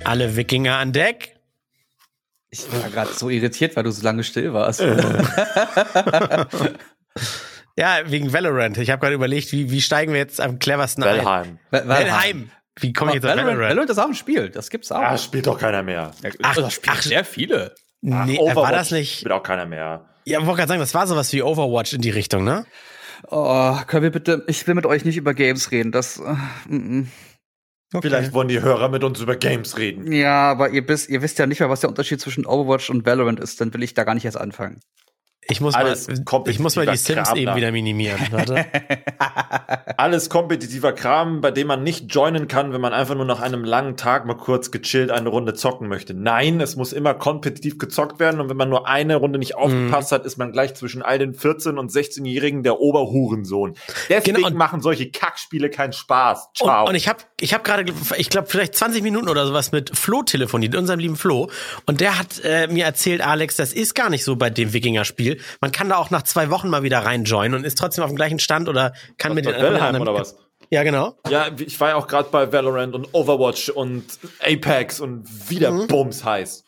Alle Wikinger an Deck. Ich war gerade so irritiert, weil du so lange still warst. Ja, wegen Valorant. Ich habe gerade überlegt, wie steigen wir jetzt am cleversten Valheim. ein? Valheim. Wie komme ich jetzt auf Valorant? Valorant ist auch ein Spiel, das gibt's auch. Ah, spielt doch keiner mehr. Das spielen sehr viele. Nee, Overwatch war das nicht? spielt auch keiner mehr. Ja, ich wollte gerade sagen, das war sowas wie Overwatch in die Richtung, ne? Oh, können wir bitte, ich will mit euch nicht über Games reden, das, Okay. Vielleicht wollen die Hörer mit uns über Games reden. Ja, aber ihr wisst ja nicht mehr, was der Unterschied zwischen Overwatch und Valorant ist, dann will ich da gar nicht erst anfangen. Ich muss mal die Sims Kram eben da. wieder minimieren. Warte. Alles kompetitiver Kram, bei dem man nicht joinen kann, wenn man einfach nur nach einem langen Tag mal kurz gechillt eine Runde zocken möchte. Nein, es muss immer kompetitiv gezockt werden und wenn man nur eine Runde nicht aufgepasst hat, ist man gleich zwischen all den 14- und 16-Jährigen der Oberhurensohn. Deswegen Genau, und machen solche Kackspiele keinen Spaß. Ciao. Und ich hab gerade, ich glaube, vielleicht 20 Minuten oder sowas mit Flo telefoniert, unserem lieben Flo. Und der hat mir erzählt, Alex, das ist gar nicht so bei dem Wikinger-Spiel. Man kann da auch nach 2 Wochen mal wieder reinjoinen und ist trotzdem auf dem gleichen Stand oder kann mit den Valheim oder was? Ja, genau. Ja, ich war ja auch gerade bei Valorant und Overwatch und Apex und wie der Bums heißt.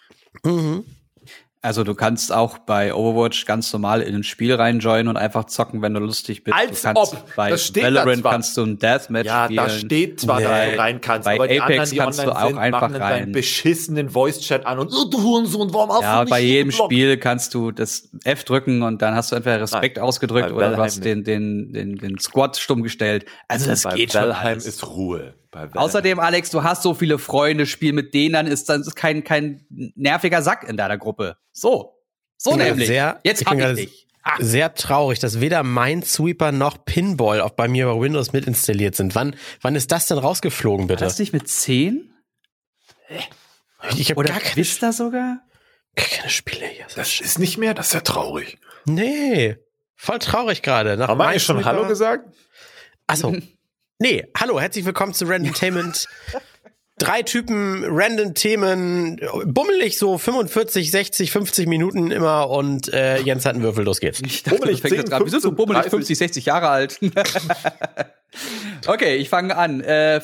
Also du kannst auch bei Overwatch ganz normal in ein Spiel reinjoinen und einfach zocken, wenn du lustig bist. Als du kannst ob. Bei Das steht Valorant da zwar. kannst du ein Deathmatch Ja, spielen. da steht zwar, dass du rein kannst, bei aber die Apex anderen, die kannst online du auch sind, einfach machen dann rein. deinen beschissenen Voice-Chat an und du Hurensohn, warum hast du Ja, nicht bei jedem geblockt? Spiel kannst du das F drücken und dann hast du entweder Respekt ausgedrückt bei oder du Valheim hast den Squad stumm gestellt. Also das Bei geht schon Valheim alles. ist Ruhe. Bei Valheim. Außerdem, Alex, du hast so viele Freunde, spiel mit denen, dann ist kein nerviger Sack in deiner Gruppe. So nämlich. Jetzt hab ich dich. Sehr traurig, dass weder Minesweeper noch Pinball auch bei mir bei Windows mit installiert sind. Wann ist das denn rausgeflogen, bitte? War das nicht mit 10? Ich habe Oder gar keine Vista sogar? Spiele hier. Das ist nicht mehr, das ist ja traurig. Nee, voll traurig gerade. Haben wir eigentlich schon Hallo gesagt? Achso. Nee, hallo, herzlich willkommen zu Randomtainment. 3 Typen, random Themen, bummelig so 45, 60, 50 Minuten immer und Jens hat einen Würfel, los geht's. Ich dachte, Bummelig du fängst jetzt 10, grad, wieso so 15, bummelig 30? 50, 60 Jahre alt? Okay, ich fange an.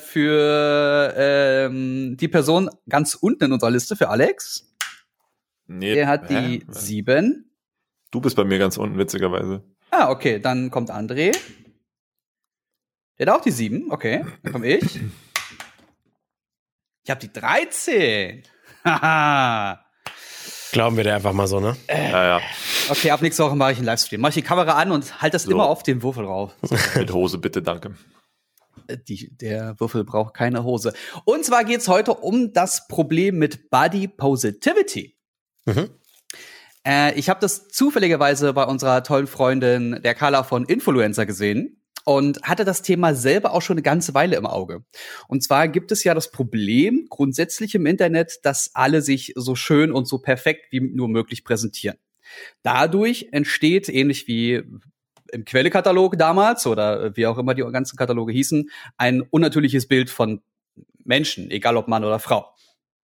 Für die Person ganz unten in unserer Liste, für Alex. Nee, Der hat die 7. Du bist bei mir ganz unten, witzigerweise. Ah, okay, dann kommt André. Der hat auch die 7, okay. Dann komme ich. Ich habe die 13. Haha. Glauben wir dir einfach mal so, ne? Ja. Okay, ab nächste Woche mache ich einen Livestream. Mache ich die Kamera an und halte das So. immer auf den Würfel rauf. Mit Hose, bitte, danke. Der Würfel braucht keine Hose. Und zwar geht's heute um das Problem mit Body Positivity. Ich habe das zufälligerweise bei unserer tollen Freundin, der Carla von Influencer, gesehen und hatte das Thema selber auch schon eine ganze Weile im Auge. Und zwar gibt es ja das Problem grundsätzlich im Internet, dass alle sich so schön und so perfekt wie nur möglich präsentieren. Dadurch entsteht, ähnlich wie im Quellekatalog damals oder wie auch immer die ganzen Kataloge hießen, ein unnatürliches Bild von Menschen, egal ob Mann oder Frau.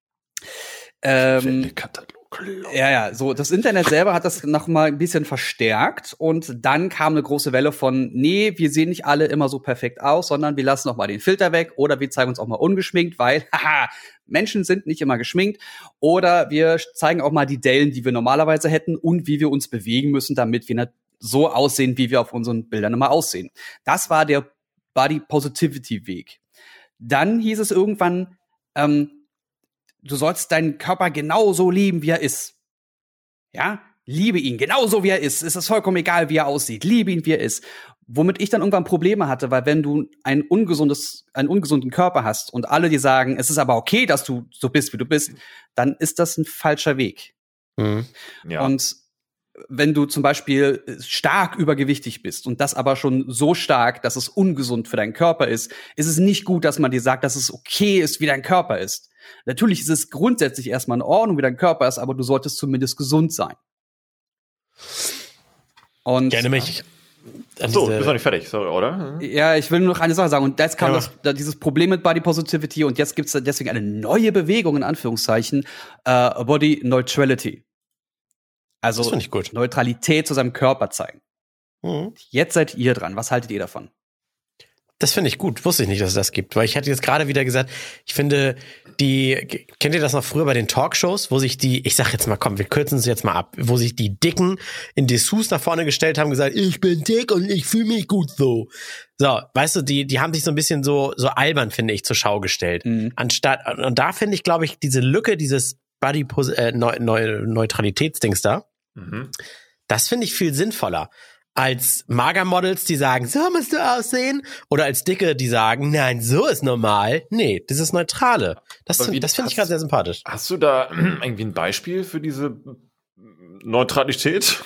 Ja, so das Internet selber hat das noch mal ein bisschen verstärkt und dann kam eine große Welle von, nee, wir sehen nicht alle immer so perfekt aus, sondern wir lassen noch mal den Filter weg oder wir zeigen uns auch mal ungeschminkt, weil, haha, Menschen sind nicht immer geschminkt oder wir zeigen auch mal die Dellen, die wir normalerweise hätten und wie wir uns bewegen müssen, damit wir so aussehen, wie wir auf unseren Bildern immer aussehen. Das war der Body Positivity Weg. Dann hieß es irgendwann, du sollst deinen Körper genauso lieben, wie er ist. Ja, liebe ihn genauso, wie er ist. Es ist vollkommen egal, wie er aussieht. Liebe ihn, wie er ist. Womit ich dann irgendwann Probleme hatte, weil wenn du einen ungesunden Körper hast und alle dir sagen, es ist aber okay, dass du so bist, wie du bist, dann ist das ein falscher Weg. Ja. Und wenn du zum Beispiel stark übergewichtig bist und das aber schon so stark, dass es ungesund für deinen Körper ist es nicht gut, dass man dir sagt, dass es okay ist, wie dein Körper ist. Natürlich ist es grundsätzlich erstmal in Ordnung, wie dein Körper ist, aber du solltest zumindest gesund sein. Und Gerne mich. So, bist noch nicht fertig, sorry, oder? ja, ich will nur noch eine Sache sagen. Und jetzt kam dieses Problem mit Body Positivity und jetzt gibt's deswegen eine neue Bewegung, in Anführungszeichen, Body Neutrality. Also Das finde ich gut. Neutralität zu seinem Körper zeigen. Jetzt seid ihr dran. Was haltet ihr davon? Das finde ich gut. Wusste ich nicht, dass es das gibt. Weil ich hätte jetzt gerade wieder gesagt, ich finde, kennt ihr das noch früher bei den Talkshows, wo sich ich sag jetzt mal, komm, wir kürzen es jetzt mal ab, wo sich die Dicken in Dessous nach vorne gestellt haben, gesagt, ich bin dick und ich fühle mich gut so. So, weißt du, die haben sich so ein bisschen so albern, finde ich, zur Schau gestellt. Und da finde ich, glaube ich, diese Lücke, dieses Neutralitätsdings da, das finde ich viel sinnvoller. Als Magermodels, die sagen, so musst du aussehen, oder als Dicke, die sagen, nein, so ist normal. Nee, das ist Neutrale. Das finde ich gerade sehr sympathisch. Hast du da irgendwie ein Beispiel für diese Neutralität?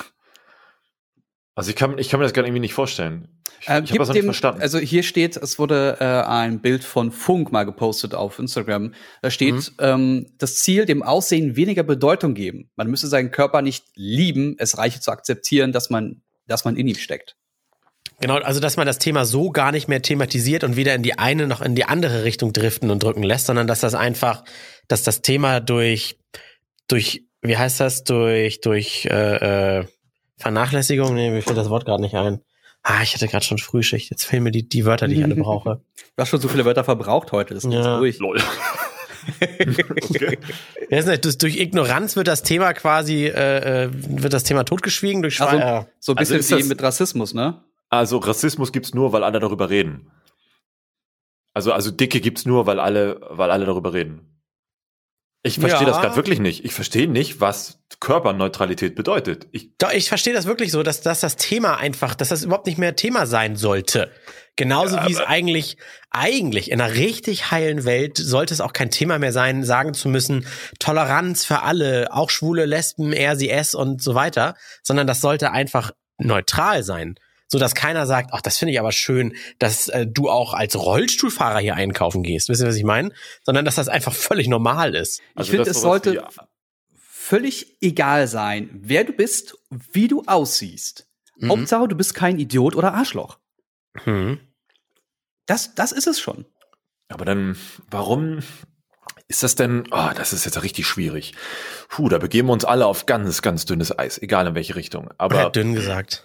Also ich kann mir das gar irgendwie nicht vorstellen. Ich habe das noch nicht verstanden. Also hier steht, es wurde ein Bild von Funk mal gepostet auf Instagram. Da steht, das Ziel, dem Aussehen weniger Bedeutung geben. Man müsse seinen Körper nicht lieben, es reiche zu akzeptieren, dass man in ihm steckt. Genau, also dass man das Thema so gar nicht mehr thematisiert und weder in die eine noch in die andere Richtung driften und drücken lässt, sondern dass das Thema durch wie heißt das, durch Vernachlässigung, nee, mir fällt das Wort gerade nicht ein. Ich hatte gerade schon Frühschicht, jetzt fehlen mir die Wörter, die ich alle brauche. Du hast schon so viele Wörter verbraucht heute, das geht's durch. Lol. Okay. Durch Ignoranz wird das Thema quasi totgeschwiegen durch so ein bisschen wie mit Rassismus, ne? Also Rassismus gibt's nur, weil alle darüber reden. Also Dicke gibt's nur, weil alle darüber reden. Ich verstehe das gerade wirklich nicht. Ich verstehe nicht, was Körperneutralität bedeutet. Ich verstehe das wirklich so, dass das Thema einfach, dass das überhaupt nicht mehr Thema sein sollte. Genauso wie es eigentlich in einer richtig heilen Welt sollte es auch kein Thema mehr sein, sagen zu müssen, Toleranz für alle, auch Schwule, Lesben, RCS und so weiter, sondern das sollte einfach neutral sein. So dass keiner sagt, ach, das finde ich aber schön, dass du auch als Rollstuhlfahrer hier einkaufen gehst. Wisst ihr, was ich meine? Sondern dass das einfach völlig normal ist. Ich finde, es sollte völlig egal sein, wer du bist, wie du aussiehst. Hauptsache, du bist kein Idiot oder Arschloch. Das ist es schon. Aber dann, warum ist das denn? Das ist jetzt richtig schwierig. Da begeben wir uns alle auf ganz, ganz dünnes Eis, egal in welche Richtung. Aber dünn gesagt.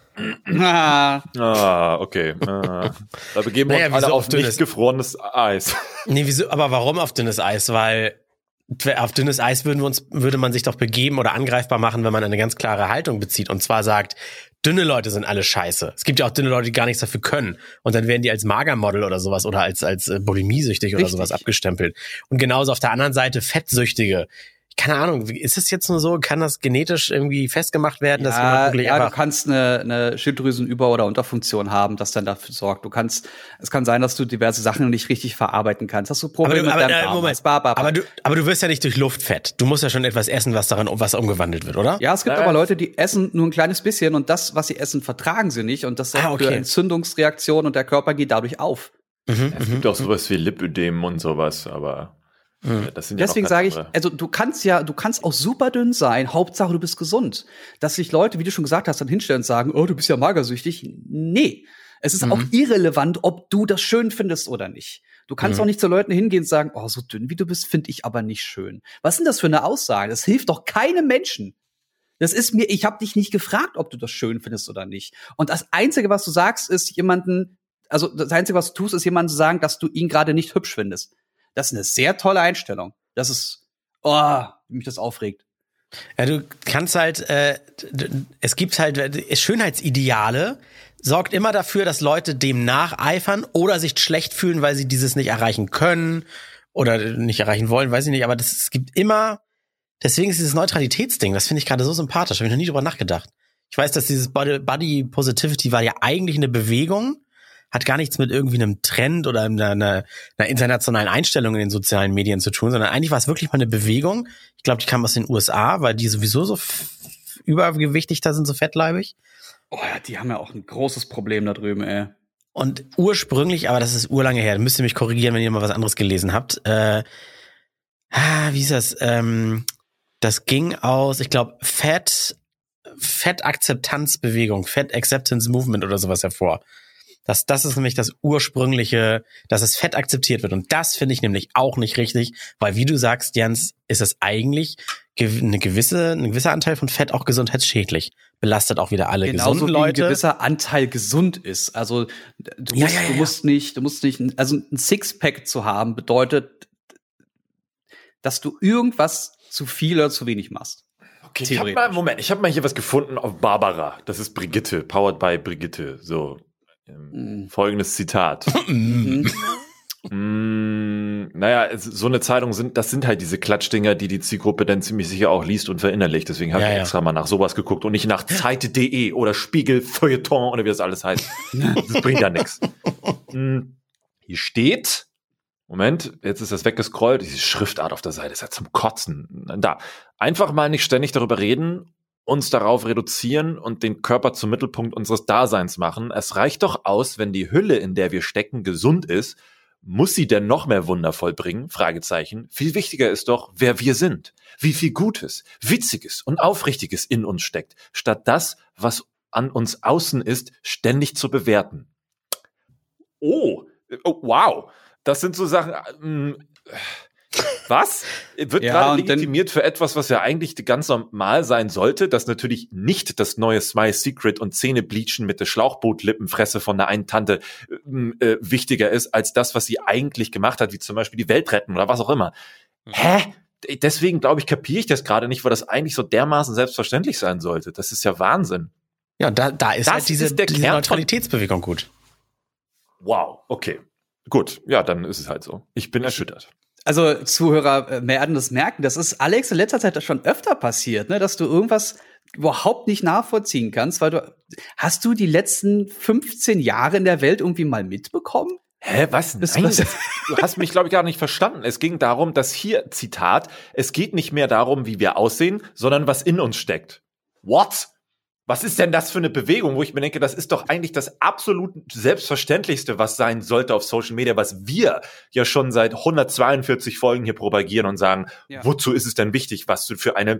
Okay. Da begeben wir uns alle auf nicht gefrorenes Eis. Nee, wieso? Aber warum auf dünnes Eis? Weil auf dünnes Eis würde man sich doch begeben oder angreifbar machen, wenn man eine ganz klare Haltung bezieht und zwar sagt, dünne Leute sind alle scheiße. Es gibt ja auch dünne Leute, die gar nichts dafür können. Und dann werden die als Magermodel oder sowas oder als bulimiesüchtig oder sowas abgestempelt. Und genauso auf der anderen Seite Fettsüchtige. Keine Ahnung, ist es jetzt nur so, kann das genetisch irgendwie festgemacht werden, dass jemand wirklich du kannst eine Schilddrüsenüber- oder Unterfunktion haben, das dann dafür sorgt. Es kann sein, dass du diverse Sachen nicht richtig verarbeiten kannst. Hast du Probleme mit deinem Darm? Aber du wirst ja nicht durch Luft fett. Du musst ja schon etwas essen, was umgewandelt wird, oder? Ja, es gibt aber Leute, die essen nur ein kleines bisschen und das, was sie essen, vertragen sie nicht und das sorgt für Entzündungsreaktionen und der Körper geht dadurch auf. Es gibt auch sowas wie Lipödem und sowas, aber das sind deswegen sage ich, also du kannst auch super dünn sein, Hauptsache du bist gesund. Dass sich Leute, wie du schon gesagt hast, dann hinstellen und sagen, oh, du bist ja magersüchtig. Nee, es ist auch irrelevant, ob du das schön findest oder nicht. Du kannst auch nicht zu Leuten hingehen und sagen, oh, so dünn wie du bist, finde ich aber nicht schön. Was ist denn das für eine Aussage? Das hilft doch keinem Menschen. Ich habe dich nicht gefragt, ob du das schön findest oder nicht. Und das Einzige, was du sagst, ist das Einzige, was du tust, ist jemandem zu sagen, dass du ihn gerade nicht hübsch findest. Das ist eine sehr tolle Einstellung. Das ist, wie mich das aufregt. Ja, du kannst halt, es gibt halt Schönheitsideale, sorgt immer dafür, dass Leute dem nacheifern oder sich schlecht fühlen, weil sie dieses nicht erreichen können oder nicht erreichen wollen, weiß ich nicht. Aber es gibt immer, deswegen ist dieses Neutralitätsding, das finde ich gerade so sympathisch, habe ich noch nie drüber nachgedacht. Ich weiß, dass dieses Body Positivity war ja eigentlich eine Bewegung, hat gar nichts mit irgendwie einem Trend oder einer internationalen Einstellung in den sozialen Medien zu tun, sondern eigentlich war es wirklich mal eine Bewegung. Ich glaube, die kam aus den USA, weil die sowieso so übergewichtig da sind, so fettleibig. Oh ja, die haben ja auch ein großes Problem da drüben, ey. Und ursprünglich, aber das ist urlange her, da müsst ihr mich korrigieren, wenn ihr mal was anderes gelesen habt. Wie ist das? Das ging aus, ich glaube, Fat Acceptance Bewegung, Fat Acceptance Movement oder sowas hervor. Das ist nämlich das ursprüngliche, dass es Fett akzeptiert wird. Und das finde ich nämlich auch nicht richtig, weil wie du sagst, Jens, ist es eigentlich ein gewisser Anteil von Fett auch gesundheitsschädlich. Belastet auch wieder alle gesunden Leute. Genauso wie ein gewisser Anteil gesund ist. Also du musst nicht, also ein Sixpack zu haben bedeutet, dass du irgendwas zu viel oder zu wenig machst. Okay, ich habe mal hier was gefunden auf Barbara. Das ist Brigitte, powered by Brigitte. So, folgendes Zitat. Naja, so eine Zeitung das sind halt diese Klatschdinger, die Zielgruppe dann ziemlich sicher auch liest und verinnerlicht. Deswegen habe ich extra mal nach sowas geguckt und nicht nach Zeit.de oder Spiegel, Feuilleton oder wie das alles heißt. Das bringt ja nichts. Hier steht, Moment, jetzt ist das weggescrollt, diese Schriftart auf der Seite ist ja zum Kotzen. Da. Einfach mal nicht ständig darüber reden, uns darauf reduzieren und den Körper zum Mittelpunkt unseres Daseins machen. Es reicht doch aus, wenn die Hülle, in der wir stecken, gesund ist. Muss sie denn noch mehr Wunder vollbringen? Fragezeichen. Viel wichtiger ist doch, wer wir sind. Wie viel Gutes, Witziges und Aufrichtiges in uns steckt, statt das, was an uns außen ist, ständig zu bewerten. Oh wow. Das sind so Sachen, was? Wird gerade legitimiert für etwas, was ja eigentlich ganz normal sein sollte, dass natürlich nicht das neue Smile Secret und Zähnebleachen mit der Schlauchbootlippenfresse von der einen Tante wichtiger ist, als das, was sie eigentlich gemacht hat, wie zum Beispiel die Welt retten oder was auch immer. Hä? Deswegen, glaube ich, kapiere ich das gerade nicht, weil das eigentlich so dermaßen selbstverständlich sein sollte. Das ist ja Wahnsinn. Ja, da ist halt diese Neutralitätsbewegung gut. Wow, okay. Gut, ja, dann ist es halt so. Ich bin erschüttert. Also Zuhörer werden das merken. Das ist Alex in letzter Zeit schon öfter passiert, ne, dass du irgendwas überhaupt nicht nachvollziehen kannst, weil hast du die letzten 15 Jahre in der Welt irgendwie mal mitbekommen? Hä, was? Nein, du hast mich, glaube ich, gar nicht verstanden. Es ging darum, dass hier, Zitat, es geht nicht mehr darum, wie wir aussehen, sondern was in uns steckt. What? Was ist denn das für eine Bewegung, wo ich mir denke, das ist doch eigentlich das absolut Selbstverständlichste, was sein sollte auf Social Media, was wir ja schon seit 142 Folgen hier propagieren und sagen, wozu ist es denn wichtig, was du für eine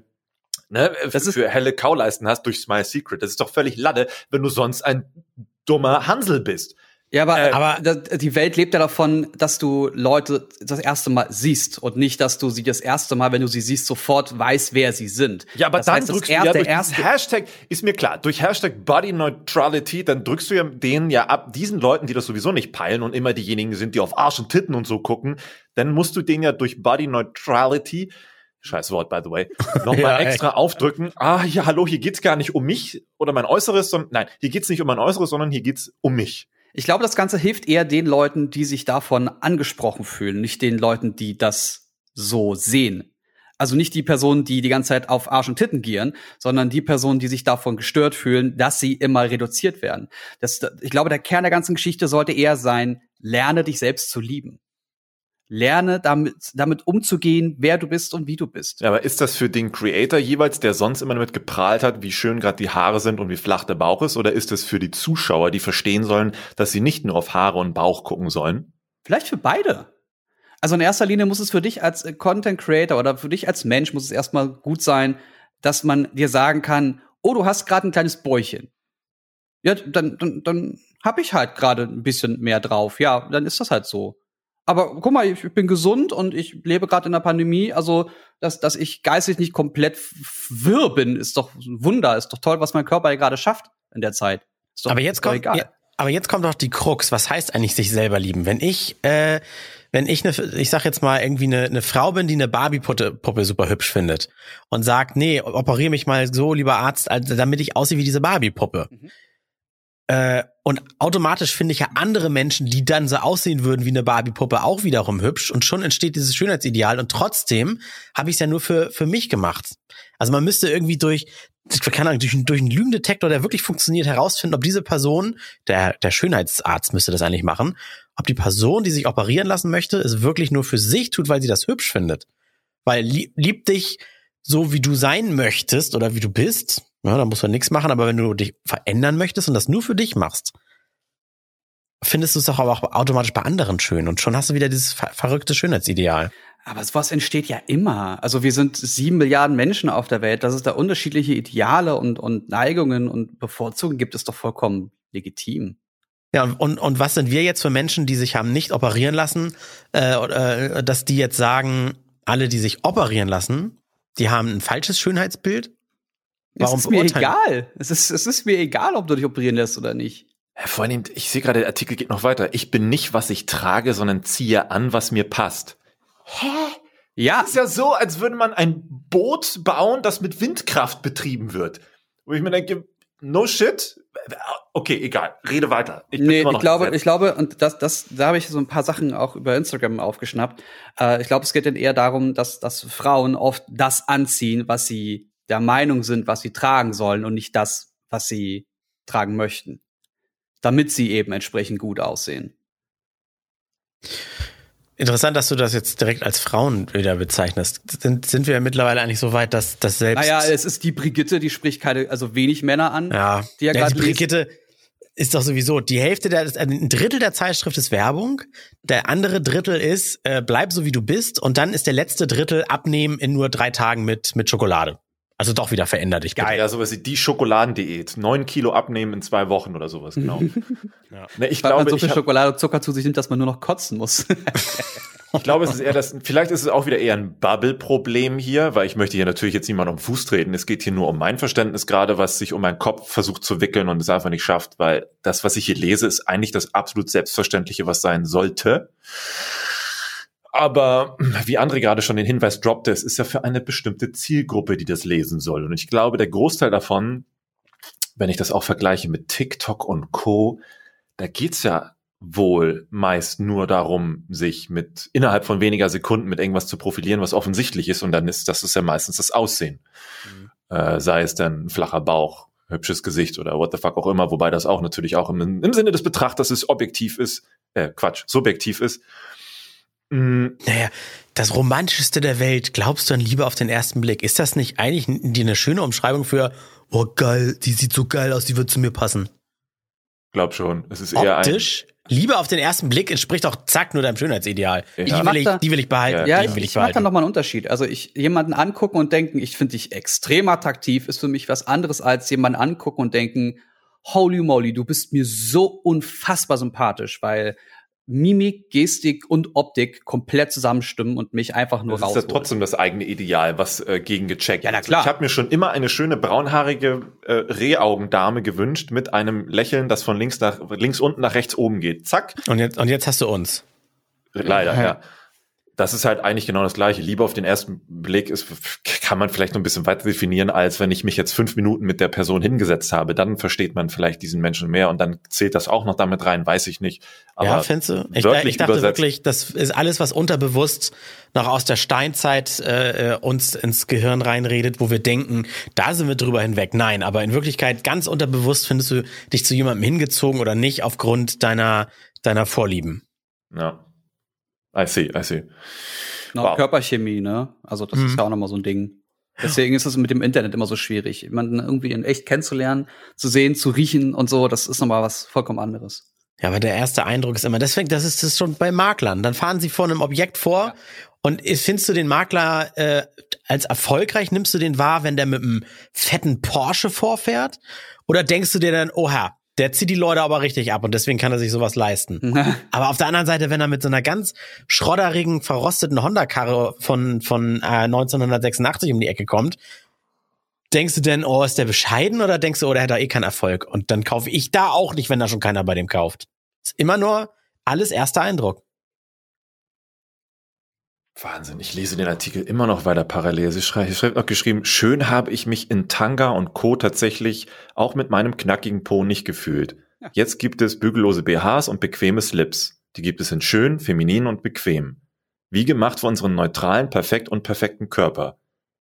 für helle Kauleisten hast durch Smile Secret. Das ist doch völlig Lade, wenn du sonst ein dummer Hansel bist. Ja, aber die Welt lebt ja davon, dass du Leute das erste Mal siehst und nicht, dass du sie das erste Mal, wenn du sie siehst, sofort weißt, wer sie sind. Ja, aber das dann heißt, drückst du ja durch Hashtag, ist mir klar, durch Hashtag Body Neutrality, dann drückst du ja denen ja ab, diesen Leuten, die das sowieso nicht peilen und immer diejenigen sind, die auf Arsch und Titten und so gucken, dann musst du denen ja durch Body Neutrality, scheiß Wort, by the way, nochmal extra aufdrücken. Ja, hallo, hier geht's gar nicht um mich oder mein Äußeres, sondern hier geht's nicht um mein Äußeres, sondern hier geht's um mich. Ich glaube, das Ganze hilft eher den Leuten, die sich davon angesprochen fühlen, nicht den Leuten, die das so sehen. Also nicht die Personen, die die ganze Zeit auf Arsch und Titten gieren, sondern die Personen, die sich davon gestört fühlen, dass sie immer reduziert werden. Ich glaube, der Kern der ganzen Geschichte sollte eher sein, lerne dich selbst zu lieben. Lerne damit umzugehen, wer du bist und wie du bist. Ja, aber ist das für den Creator jeweils, der sonst immer damit geprahlt hat, wie schön gerade die Haare sind und wie flach der Bauch ist? Oder ist es für die Zuschauer, die verstehen sollen, dass sie nicht nur auf Haare und Bauch gucken sollen? Vielleicht für beide. Also in erster Linie muss es für dich als Content Creator oder für dich als Mensch muss es erstmal gut sein, dass man dir sagen kann, oh, du hast gerade ein kleines Bäuchchen. Ja, dann hab ich halt gerade ein bisschen mehr drauf. Ja, dann ist das halt so. Aber guck mal, ich bin gesund und ich lebe gerade in der Pandemie. Also, dass ich geistig nicht komplett wirr bin, ist doch ein Wunder. Ist doch toll, was mein Körper gerade schafft in der Zeit. Ist doch, aber jetzt kommt doch die Krux. Was heißt eigentlich sich selber lieben? Wenn ich ich sag jetzt mal irgendwie eine Frau bin, die eine Barbie-Puppe super hübsch findet und sagt, nee, operiere mich mal so, lieber Arzt, damit ich aussehe wie diese Barbie-Puppe. Und automatisch finde ich ja andere Menschen, die dann so aussehen würden wie eine Barbie-Puppe, auch wiederum hübsch und schon entsteht dieses Schönheitsideal und trotzdem habe ich es ja nur für mich gemacht. Also man müsste irgendwie durch einen Lügendetektor, der wirklich funktioniert, herausfinden, ob diese Person, der Schönheitsarzt müsste das eigentlich machen, ob die Person, die sich operieren lassen möchte, es wirklich nur für sich tut, weil sie das hübsch findet. Weil lieb dich so, wie du sein möchtest oder wie du bist. Ja, da musst du nichts machen, aber wenn du dich verändern möchtest und das nur für dich machst, findest du es doch aber auch automatisch bei anderen schön und schon hast du wieder dieses verrückte Schönheitsideal. Aber sowas entsteht ja immer. Also wir sind 7 Milliarden Menschen auf der Welt, dass es da unterschiedliche Ideale und Neigungen und Bevorzugungen gibt, ist doch vollkommen legitim. Ja, und was sind wir jetzt für Menschen, die sich haben nicht operieren lassen, dass die jetzt sagen, alle, die sich operieren lassen, die haben ein falsches Schönheitsbild? Warum es ist mir egal. Es ist mir egal, ob du dich operieren lässt oder nicht. Ja, vor allem, ich sehe gerade, der Artikel geht noch weiter. Ich bin nicht, was ich trage, sondern ziehe an, was mir passt. Hä? Ja. Das ist ja so, als würde man ein Boot bauen, das mit Windkraft betrieben wird. Wo ich mir denke, no shit. Okay, egal. Rede weiter. Ich glaube, und da habe ich so ein paar Sachen auch über Instagram aufgeschnappt. Ich glaube, es geht dann eher darum, dass Frauen oft das anziehen, was sie der Meinung sind, was sie tragen sollen und nicht das, was sie tragen möchten. Damit sie eben entsprechend gut aussehen. Interessant, dass du das jetzt direkt als Frauen wieder bezeichnest. Sind wir ja mittlerweile eigentlich so weit, dass das selbst... Naja, es ist die Brigitte, die spricht wenig Männer an. Ja, die Brigitte ist doch sowieso, ein Drittel der Zeitschrift ist Werbung, der andere Drittel ist, bleib so wie du bist, und dann ist der letzte Drittel abnehmen in nur 3 Tagen mit Schokolade. Also doch wieder verändert dich. Geil. Ja, sowas wie die Schokoladendiät. 9 Kilo abnehmen in 2 Wochen oder sowas, genau. Ja. Ne, ich glaube, man so viel Schokolade und Zucker zu sich nimmt, dass man nur noch kotzen muss. Ich glaube, es ist eher vielleicht ist es auch wieder eher ein Bubble-Problem hier, weil ich möchte hier natürlich jetzt niemand um Fuß treten. Es geht hier nur um mein Verständnis gerade, was sich um meinen Kopf versucht zu wickeln und es einfach nicht schafft, weil das, was ich hier lese, ist eigentlich das absolut Selbstverständliche, was sein sollte. Aber wie André gerade schon den Hinweis droppte, es ist ja für eine bestimmte Zielgruppe, die das lesen soll. Und ich glaube, der Großteil davon, wenn ich das auch vergleiche mit TikTok und Co., da geht's ja wohl meist nur darum, sich innerhalb von weniger Sekunden mit irgendwas zu profilieren, was offensichtlich ist. Und dann ist das ja meistens das Aussehen. Sei es dann ein flacher Bauch, hübsches Gesicht oder what the fuck auch immer. Wobei das auch natürlich auch im Sinne des Betrachters subjektiv ist. Naja, das Romantischste der Welt, glaubst du an Liebe auf den ersten Blick? Ist das nicht eigentlich eine schöne Umschreibung für, oh geil, die sieht so geil aus, die wird zu mir passen? Glaub schon. Es ist eher optisch. Liebe auf den ersten Blick entspricht doch zack nur deinem Schönheitsideal. Ja. Die will ich behalten. Ja, ich mache da nochmal einen Unterschied. Also jemanden angucken und denken, ich finde dich extrem attraktiv, ist für mich was anderes als jemanden angucken und denken, holy moly, du bist mir so unfassbar sympathisch, weil Mimik, Gestik und Optik komplett zusammenstimmen und mich einfach nur rausholen. Das ist ja trotzdem das eigene Ideal, was gegengecheckt wird. Ja, na klar. Ich habe mir schon immer eine schöne braunhaarige Rehaugendame gewünscht mit einem Lächeln, das von links unten nach rechts oben geht. Zack. Und jetzt hast du uns. Leider, ja. Das ist halt eigentlich genau das Gleiche. Liebe auf den ersten Blick kann man vielleicht noch ein bisschen weiter definieren, als wenn ich mich jetzt 5 Minuten mit der Person hingesetzt habe. Dann versteht man vielleicht diesen Menschen mehr und dann zählt das auch noch damit rein, weiß ich nicht. Aber ja, findest du? Ich dachte wirklich, das ist alles, was unterbewusst noch aus der Steinzeit uns ins Gehirn reinredet, wo wir denken, da sind wir drüber hinweg. Nein, aber in Wirklichkeit ganz unterbewusst findest du dich zu jemandem hingezogen oder nicht aufgrund deiner Vorlieben. Ja. I see. Wow. Körperchemie, ne? Also das ist ja auch nochmal so ein Ding. Deswegen ist es mit dem Internet immer so schwierig, jemanden irgendwie in echt kennenzulernen, zu sehen, zu riechen und so, das ist nochmal was vollkommen anderes. Ja, aber der erste Eindruck ist immer, deswegen, das ist das schon bei Maklern. Dann fahren sie vor einem Objekt vor und findest du den Makler als erfolgreich, nimmst du den wahr, wenn der mit einem fetten Porsche vorfährt? Oder denkst du dir dann, oha, der zieht die Leute aber richtig ab und deswegen kann er sich sowas leisten. Aber auf der anderen Seite, wenn er mit so einer ganz schrodderigen, verrosteten Honda-Karre von 1986 um die Ecke kommt, denkst du denn, oh, ist der bescheiden, oder denkst du, oh, der hat da eh keinen Erfolg? Und dann kaufe ich da auch nicht, wenn da schon keiner bei dem kauft. Ist immer nur alles erster Eindruck. Wahnsinn, ich lese den Artikel immer noch weiter parallel. Sie schreibt noch geschrieben, schön habe ich mich in Tanga und Co. tatsächlich auch mit meinem knackigen Po nicht gefühlt. Ja. Jetzt gibt es bügellose BHs und bequeme Slips. Die gibt es in schön, feminin und bequem. Wie gemacht für unseren neutralen, perfekt und perfekten Körper.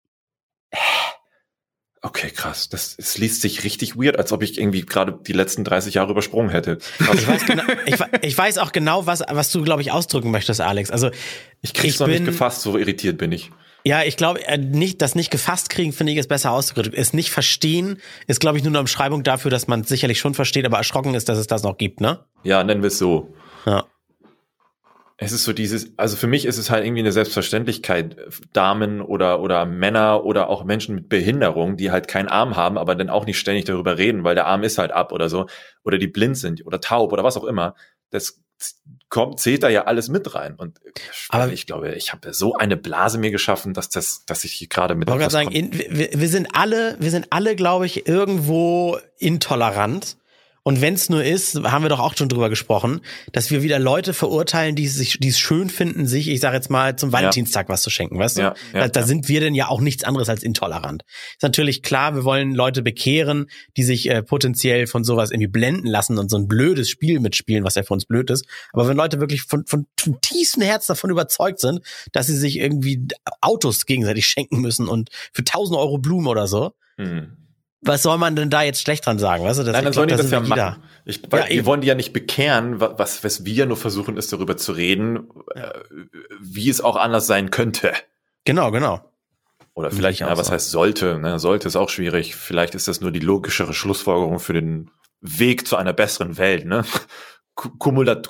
Okay, krass. Es liest sich richtig weird, als ob ich irgendwie gerade die letzten 30 Jahre übersprungen hätte. Ich weiß auch genau, was du, glaube ich, ausdrücken möchtest, Alex. Also ich krieg's noch nicht gefasst, so irritiert bin ich. Ja, ich glaube, das nicht gefasst kriegen, finde ich, ist besser ausgedrückt. Es nicht verstehen ist, glaube ich, nur eine Umschreibung dafür, dass man es sicherlich schon versteht, aber erschrocken ist, dass es das noch gibt, ne? Ja, nennen wir es so. Ja. Es ist so also für mich ist es halt irgendwie eine Selbstverständlichkeit, Damen oder Männer oder auch Menschen mit Behinderung, die halt keinen Arm haben, aber dann auch nicht ständig darüber reden, weil der Arm ist halt ab oder so, oder die blind sind oder taub oder was auch immer. Das zählt da ja alles mit rein. Und aber ich glaube, ich habe so eine Blase mir geschaffen, dass ich hier gerade mit. Ich wollte gerade sagen, wir sind alle, glaube ich, irgendwo intolerant. Und wenn es nur ist, haben wir doch auch schon drüber gesprochen, dass wir wieder Leute verurteilen, die es schön finden, sich, ich sage jetzt mal, zum Valentinstag was zu schenken, weißt du? Da sind wir denn ja auch nichts anderes als intolerant. Ist natürlich klar, wir wollen Leute bekehren, die sich potenziell von sowas irgendwie blenden lassen und so ein blödes Spiel mitspielen, was ja für uns blöd ist. Aber wenn Leute wirklich von tiefstem Herz davon überzeugt sind, dass sie sich irgendwie Autos gegenseitig schenken müssen und für 1.000 Euro Blumen oder so, was soll man denn da jetzt schlecht dran sagen? Weißt du, Nein, dann sollen die das ja machen. Wir wollen die ja nicht bekehren. Was wir nur versuchen, ist darüber zu reden, wie es auch anders sein könnte. Genau. Oder vielleicht, was heißt sollte? Ne? Sollte ist auch schwierig. Vielleicht ist das nur die logischere Schlussfolgerung für den Weg zu einer besseren Welt. Ne? Kumuliert.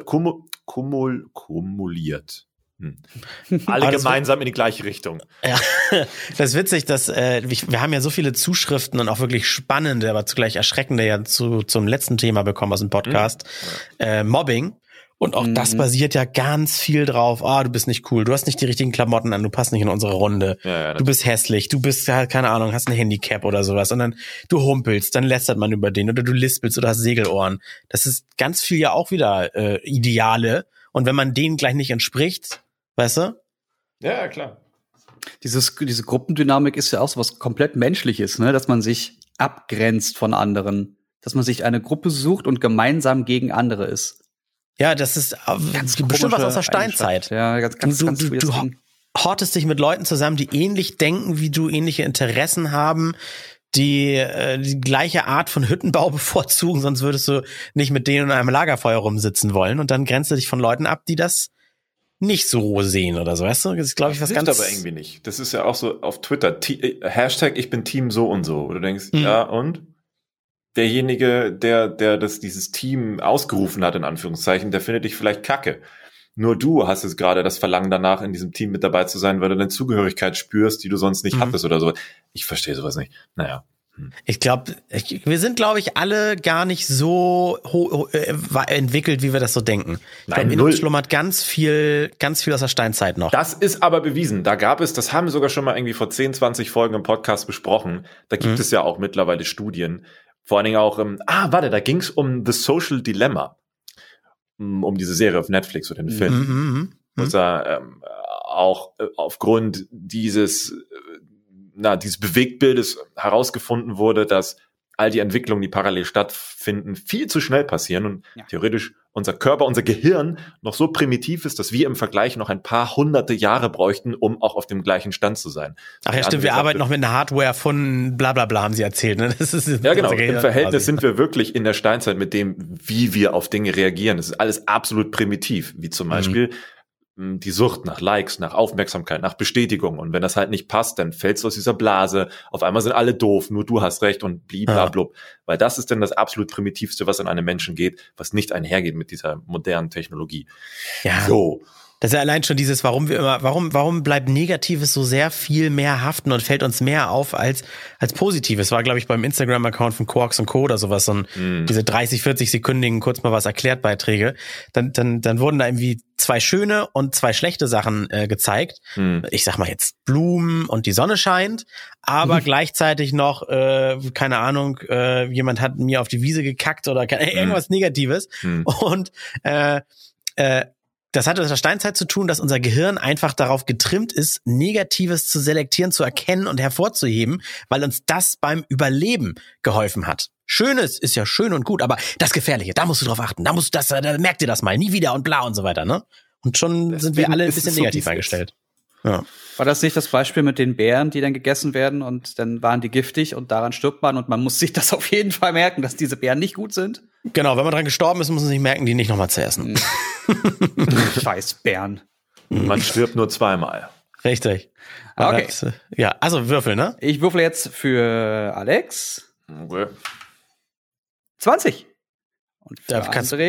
Alle gemeinsam in die gleiche Richtung. Ja, das ist witzig, dass wir haben ja so viele Zuschriften und auch wirklich spannende, aber zugleich erschreckende ja zum letzten Thema bekommen aus dem Podcast. Mobbing. Und auch das basiert ja ganz viel drauf. Du bist nicht cool, du hast nicht die richtigen Klamotten an, du passt nicht in unsere Runde. Ja, du bist hässlich, du bist, keine Ahnung, hast ein Handicap oder sowas. Und dann du humpelst, dann lästert man über den oder du lispelst oder hast Segelohren. Das ist ganz viel ja auch wieder Ideale. Und wenn man denen gleich nicht entspricht, weißt du? Ja, klar. Diese Gruppendynamik ist ja auch so was komplett Menschliches, ne? Dass man sich abgrenzt von anderen. Dass man sich eine Gruppe sucht und gemeinsam gegen andere ist. Ja, das ist bestimmt was aus der Steinzeit. Ja, ganz du hortest dich mit Leuten zusammen, die ähnlich denken wie du, ähnliche Interessen haben, die gleiche Art von Hüttenbau bevorzugen, sonst würdest du nicht mit denen in einem Lagerfeuer rumsitzen wollen. Und dann grenzt du dich von Leuten ab, die das nicht so sehen oder so, weißt du? Das ist, glaube ich, was ganz... aber irgendwie nicht. Das ist ja auch so auf Twitter. Hashtag ich bin Team so und so. Wo du denkst, ja und? Derjenige, der dieses Team ausgerufen hat, in Anführungszeichen, der findet dich vielleicht kacke. Nur du hast jetzt gerade das Verlangen danach, in diesem Team mit dabei zu sein, weil du eine Zugehörigkeit spürst, die du sonst nicht hattest oder so. Ich verstehe sowas nicht. Naja. Ich glaube, wir sind, glaube ich, alle gar nicht so entwickelt, wie wir das so denken. Nein, in uns schlummert ganz viel aus der Steinzeit noch. Das ist aber bewiesen. Da gab es, das haben wir sogar schon mal irgendwie vor 10, 20 Folgen im Podcast besprochen. Da gibt es ja auch mittlerweile Studien. Vor allen Dingen auch, da ging es um The Social Dilemma. Um diese Serie auf Netflix oder den Film. Wo da auch aufgrund dieses Bewegtbildes herausgefunden wurde, dass all die Entwicklungen, die parallel stattfinden, viel zu schnell passieren und theoretisch unser Körper, unser Gehirn noch so primitiv ist, dass wir im Vergleich noch ein paar hunderte Jahre bräuchten, um auch auf dem gleichen Stand zu sein. Ach ja, stimmt, wir arbeiten noch mit einer Hardware von bla bla bla, haben sie erzählt. Ne? Das ist ja, genau. Im Verhältnis sind wir wirklich in der Steinzeit mit dem, wie wir auf Dinge reagieren. Das ist alles absolut primitiv, wie zum Beispiel die Sucht nach Likes, nach Aufmerksamkeit, nach Bestätigung. Und wenn das halt nicht passt, dann fällst du aus dieser Blase. Auf einmal sind alle doof, nur du hast recht und bliblablub. Weil das ist dann das absolut Primitivste, was an einem Menschen geht, was nicht einhergeht mit dieser modernen Technologie. Ja. So. Das ist ja allein schon dieses, warum bleibt Negatives so sehr viel mehr haften und fällt uns mehr auf als Positives. War, glaube ich, beim Instagram-Account von Quarks und Co. oder sowas, diese 30, 40-sekündigen kurz mal was erklärt Beiträge. Dann wurden da irgendwie 2 schöne und 2 schlechte Sachen gezeigt. Ich sag mal jetzt Blumen und die Sonne scheint, aber gleichzeitig noch, keine Ahnung, jemand hat mir auf die Wiese gekackt oder irgendwas Negatives. Und das hat mit der Steinzeit zu tun, dass unser Gehirn einfach darauf getrimmt ist, Negatives zu selektieren, zu erkennen und hervorzuheben, weil uns das beim Überleben geholfen hat. Schönes ist ja schön und gut, aber das Gefährliche, da musst du drauf achten, da merk dir das mal, nie wieder und bla und so weiter, ne? Und schon sind wir alle ein bisschen negativ eingestellt. Ja. War das nicht das Beispiel mit den Bären, die dann gegessen werden und dann waren die giftig und daran stirbt man und man muss sich das auf jeden Fall merken, dass diese Bären nicht gut sind? Genau, wenn man dran gestorben ist, muss man sich merken, die nicht nochmal zu essen. Scheiß Bären. Man stirbt nur zweimal. Richtig. Okay. Ja, also Würfel, ne? Ich würfel jetzt für Alex. Okay. 20. Und für André.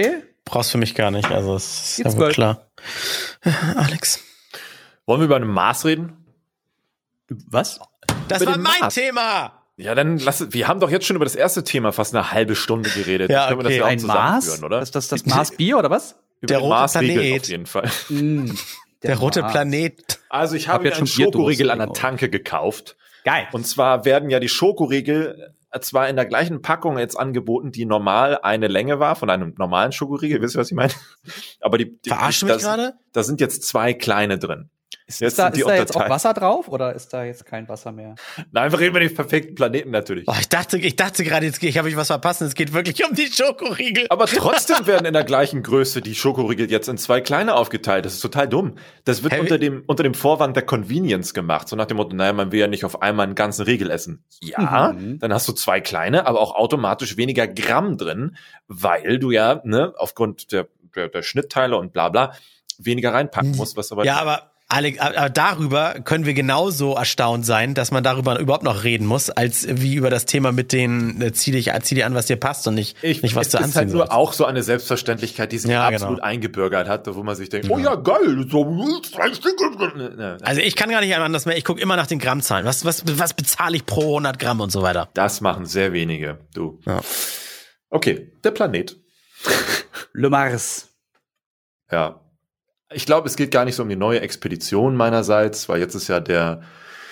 brauchst für mich gar nicht. Also ist Jetzt ja wohl klar. Alex. Wollen wir über eine Maß reden? Was? Das Über war den mein Mars. Thema. Ja, dann wir haben doch jetzt schon über das erste Thema fast eine halbe Stunde geredet. Ja, Dann können wir das okay. ja auch Ein zusammenführen, Mars? oder? Das Mars Bier oder was? Über Der den rote Mars-Riegel Planet. auf jeden Fall. Der rote Mars. Planet. Also ich Hab habe mir jetzt einen schon Bierdurst, Schokoriegel an der Ingo. Tanke gekauft. Geil. Und zwar werden ja die Schokoriegel zwar in der gleichen Packung jetzt angeboten, die normal eine Länge war von einem normalen Schokoriegel. Wisst ihr, was ich meine? Aber Verarschst du mich gerade? Da sind jetzt 2 kleine drin. Ist da jetzt auch Wasser drauf oder ist da jetzt kein Wasser mehr? Nein, wir reden über den perfekten Planeten natürlich. Oh, ich dachte gerade, jetzt habe ich was verpasst. Es geht wirklich um die Schokoriegel. Aber trotzdem werden in der gleichen Größe die Schokoriegel jetzt in 2 kleine aufgeteilt. Das ist total dumm. Das wird unter dem Vorwand der Convenience gemacht. So nach dem Motto, naja, man will ja nicht auf einmal einen ganzen Riegel essen. Ja, dann hast du 2 kleine, aber auch automatisch weniger Gramm drin, weil du ja, ne, aufgrund der Schnittteile und bla bla, weniger reinpacken musst, was aber... Ja, aber Alex, aber darüber können wir genauso erstaunt sein, dass man darüber überhaupt noch reden muss, als wie über das Thema mit den zieh dir an, was dir passt und nicht was du anziehen ist halt nur sollst. auch so eine Selbstverständlichkeit, die sich absolut eingebürgert hat, wo man sich denkt, oh ja, geil, so 2 Stück. Also ich kann gar nicht anders mehr, ich gucke immer nach den Grammzahlen. Was bezahle ich pro 100 Gramm und so weiter? Das machen sehr wenige, du. Ja. Okay, der Planet. Le Mars. Ja. Ich glaube, es geht gar nicht so um die neue Expedition meinerseits, weil jetzt ist ja der,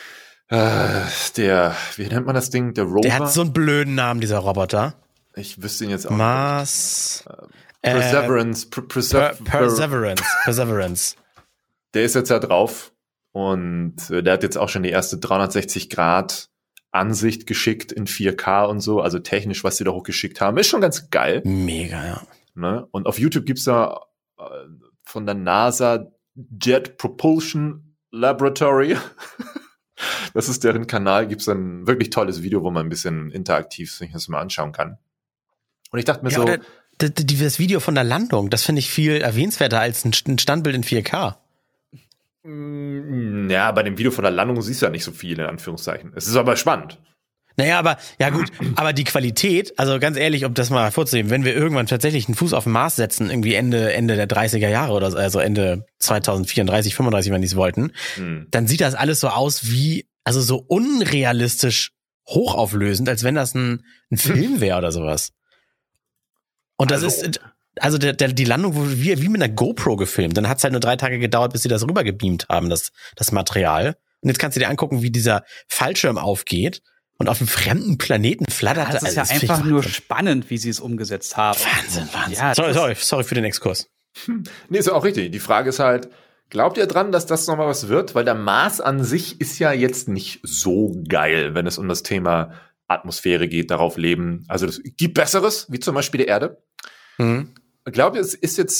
wie nennt man das Ding? Der Rover? Der hat so einen blöden Namen, dieser Roboter. Ich wüsste ihn jetzt auch Mars. Perseverance. Perseverance. Der ist jetzt ja drauf und der hat jetzt auch schon die erste 360 Grad Ansicht geschickt in 4K und so, also technisch, was sie da hochgeschickt haben, ist schon ganz geil. Mega, ja. Ne? Und auf YouTube gibt's da von der NASA Jet Propulsion Laboratory. Das ist deren Kanal, gibt's ein wirklich tolles Video, wo man ein bisschen interaktiv sich das mal anschauen kann. Und ich dachte mir so... Das Video von der Landung, das finde ich viel erwähnenswerter als ein Standbild in 4K. Ja, bei dem Video von der Landung siehst du ja nicht so viel, in Anführungszeichen. Es ist aber spannend. Naja, aber die Qualität, also ganz ehrlich, um das mal hervorzuheben, wenn wir irgendwann tatsächlich einen Fuß auf den Mars setzen, irgendwie Ende der 30er Jahre oder so, also Ende 2034, 35, wenn die es wollten, dann sieht das alles so aus wie, also so unrealistisch hochauflösend, als wenn das ein Film wäre oder sowas. Und das ist, also die Landung wurde wie mit einer GoPro gefilmt. Dann hat es halt nur 3 Tage gedauert, bis sie das rübergebeamt haben, das Material. Und jetzt kannst du dir angucken, wie dieser Fallschirm aufgeht und auf einem fremden Planeten flattert. Das ist ja einfach nur spannend, wie sie es umgesetzt haben. Wahnsinn. Ja, sorry für den Exkurs. Nee, ist ja auch richtig. Die Frage ist halt, glaubt ihr dran, dass das nochmal was wird? Weil der Mars an sich ist ja jetzt nicht so geil, wenn es um das Thema Atmosphäre geht, darauf leben. Also es gibt Besseres, wie zum Beispiel die Erde. Glaubt ihr,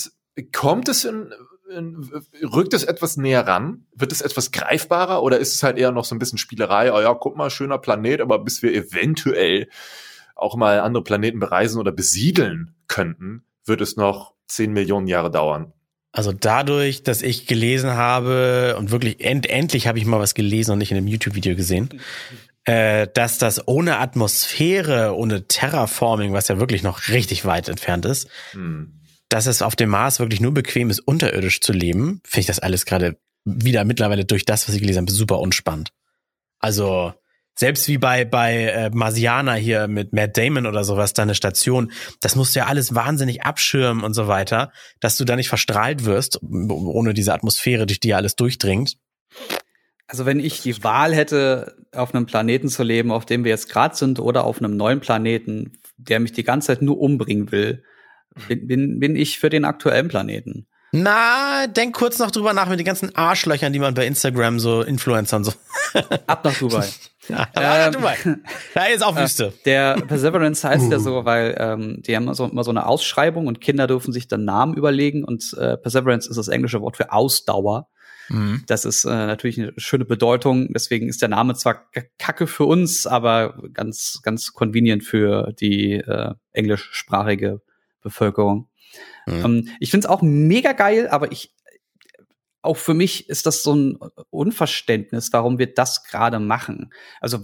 rückt es etwas näher ran? Wird es etwas greifbarer? Oder ist es halt eher noch so ein bisschen Spielerei? Oh ja, guck mal, schöner Planet, aber bis wir eventuell auch mal andere Planeten bereisen oder besiedeln könnten, wird es noch 10 Millionen Jahre dauern. Also dadurch, dass ich gelesen habe und wirklich endlich habe ich mal was gelesen und nicht in einem YouTube-Video gesehen, dass das ohne Atmosphäre, ohne Terraforming, was ja wirklich noch richtig weit entfernt ist, dass es auf dem Mars wirklich nur bequem ist, unterirdisch zu leben, finde ich das alles gerade wieder mittlerweile durch das, was ich gelesen habe, super unspannend. Also selbst wie bei Marsiana hier mit Matt Damon oder sowas, da eine Station, das musst du ja alles wahnsinnig abschirmen und so weiter, dass du da nicht verstrahlt wirst, ohne diese Atmosphäre, durch die ja alles durchdringt. Also wenn ich die Wahl hätte, auf einem Planeten zu leben, auf dem wir jetzt gerade sind, oder auf einem neuen Planeten, der mich die ganze Zeit nur umbringen will, bin ich für den aktuellen Planeten. Na, denk kurz noch drüber nach mit den ganzen Arschlöchern, die man bei Instagram so Influencern so. Ab nach Dubai. Ja, Dubai. Da ist auch Wüste. Der Perseverance heißt ja so, weil die haben immer so eine Ausschreibung und Kinder dürfen sich dann Namen überlegen und Perseverance ist das englische Wort für Ausdauer. Das ist natürlich eine schöne Bedeutung. Deswegen ist der Name zwar kacke für uns, aber ganz, ganz convenient für die englischsprachige Bevölkerung. Ich find's auch mega geil, aber auch für mich ist das so ein Unverständnis, warum wir das gerade machen. Also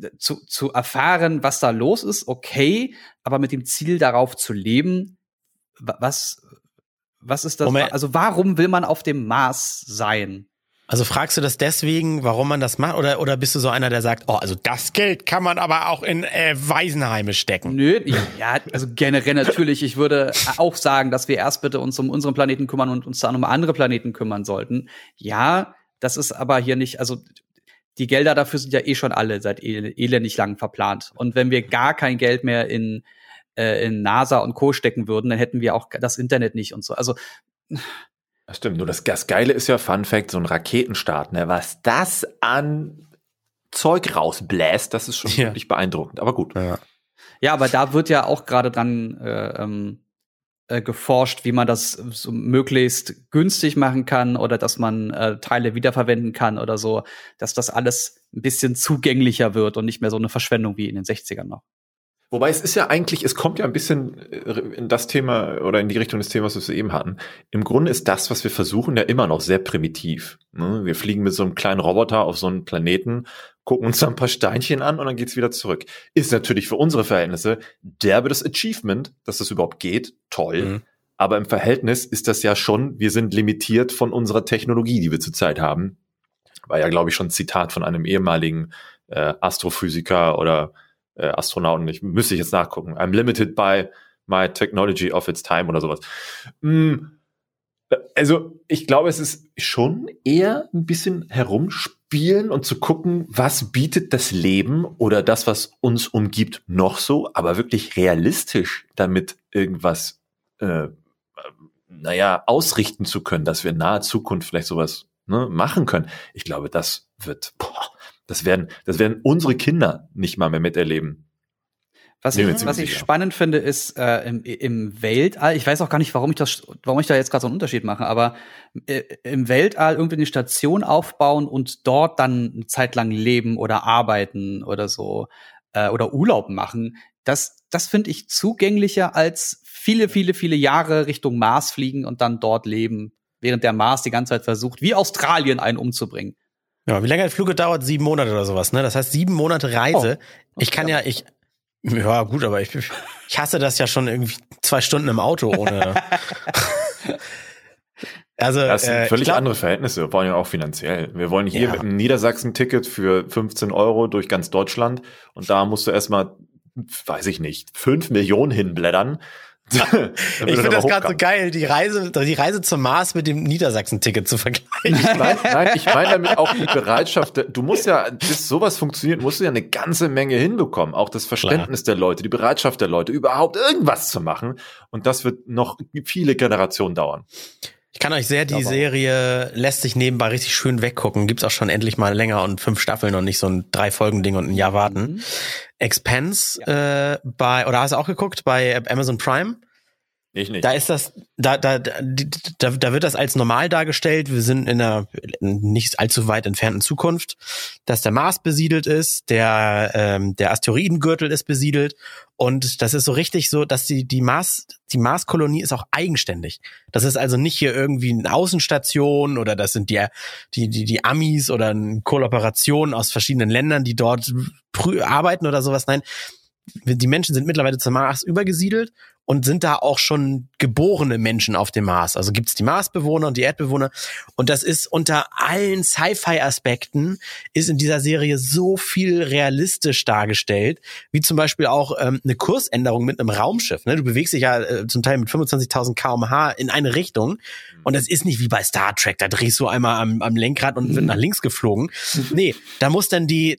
zu erfahren, was da los ist, okay, aber mit dem Ziel, darauf zu leben, was ist das? Moment. Also warum will man auf dem Mars sein? Also fragst du das deswegen, warum man das macht? Oder bist du so einer, der sagt, oh, also das Geld kann man aber auch in Waisenheime stecken? Nö, ja, also generell natürlich. Ich würde auch sagen, dass wir erst bitte uns um unseren Planeten kümmern und uns dann um andere Planeten kümmern sollten. Ja, das ist aber hier nicht, also die Gelder dafür sind ja eh schon alle seit elendig lang verplant. Und wenn wir gar kein Geld mehr in NASA und Co. stecken würden, dann hätten wir auch das Internet nicht und so. Also Das stimmt, nur das Geile ist ja, Fun Fact, so ein Raketenstart, ne, was das an Zeug rausbläst, das ist schon wirklich beeindruckend, aber gut. Ja, aber da wird ja auch gerade dran geforscht, wie man das so möglichst günstig machen kann oder dass man Teile wiederverwenden kann oder so, dass das alles ein bisschen zugänglicher wird und nicht mehr so eine Verschwendung wie in den 60ern noch. Wobei es ist ja eigentlich, es kommt ja ein bisschen in das Thema oder in die Richtung des Themas, was wir eben hatten. Im Grunde ist das, was wir versuchen, ja immer noch sehr primitiv. Wir fliegen mit so einem kleinen Roboter auf so einen Planeten, gucken uns da ein paar Steinchen an und dann geht's wieder zurück. Ist natürlich für unsere Verhältnisse derbe das Achievement, dass das überhaupt geht, toll. Mhm. Aber im Verhältnis ist das ja schon, wir sind limitiert von unserer Technologie, die wir zurzeit haben. War ja, glaube ich, schon ein Zitat von einem ehemaligen Astrophysiker oder Astronauten, müsste ich jetzt nachgucken. I'm limited by my technology of its time oder sowas. Also ich glaube, es ist schon eher ein bisschen herumspielen und zu gucken, was bietet das Leben oder das, was uns umgibt, noch so, aber wirklich realistisch damit irgendwas ausrichten zu können, dass wir in naher Zukunft vielleicht sowas machen können. Ich glaube, das wird das werden unsere Kinder nicht mal mehr miterleben. Was ich spannend finde, ist im Weltall, ich weiß auch gar nicht, warum ich da jetzt gerade so einen Unterschied mache, aber im Weltall irgendwie eine Station aufbauen und dort dann eine Zeit lang leben oder arbeiten oder so oder Urlaub machen, das finde ich zugänglicher als viele, viele, viele Jahre Richtung Mars fliegen und dann dort leben, während der Mars die ganze Zeit versucht, wie Australien einen umzubringen. Ja, wie lange der Flug dauert? 7 Monate oder sowas, ne? Das heißt 7 Monate Reise. Ja, gut, aber ich hasse das ja schon irgendwie 2 Stunden im Auto ohne. Also, das sind völlig andere Verhältnisse, vor allem auch finanziell. Wir wollen hier mit einem Niedersachsen-Ticket für 15 € durch ganz Deutschland und da musst du erstmal, weiß ich nicht, 5 Millionen hinblättern. Ich finde das gerade so geil, die Reise zum Mars mit dem Niedersachsen-Ticket zu vergleichen. Nein, ich meine damit auch die Bereitschaft. Du musst ja, bis sowas funktioniert, musst du ja eine ganze Menge hinbekommen. Auch das Verständnis der Leute, die Bereitschaft der Leute, überhaupt irgendwas zu machen. Und das wird noch viele Generationen dauern. Ich kann euch die Serie lässt sich nebenbei richtig schön weggucken. Gibt's auch schon endlich mal länger und 5 Staffeln und nicht so ein 3-Folgen-Ding und ein Jahr warten. Expanse, oder hast du auch geguckt, bei Amazon Prime? Ich nicht. Da ist das, da wird das als normal dargestellt. Wir sind in einer nicht allzu weit entfernten Zukunft, dass der Mars besiedelt ist, der Asteroidengürtel ist besiedelt und das ist so richtig so, dass die Marskolonie ist auch eigenständig. Das ist also nicht hier irgendwie eine Außenstation oder das sind die Amis oder eine Kooperation aus verschiedenen Ländern, die dort arbeiten oder sowas. Nein, die Menschen sind mittlerweile zum Mars übergesiedelt und sind da auch schon geborene Menschen auf dem Mars. Also gibt's die Marsbewohner und die Erdbewohner. Und das ist unter allen Sci-Fi-Aspekten ist in dieser Serie so viel realistisch dargestellt, wie zum Beispiel auch eine Kursänderung mit einem Raumschiff. Ne? Du bewegst dich ja zum Teil mit 25.000 km/h in eine Richtung. Und das ist nicht wie bei Star Trek. Da drehst du einmal am Lenkrad und wird nach links geflogen. Nee, da muss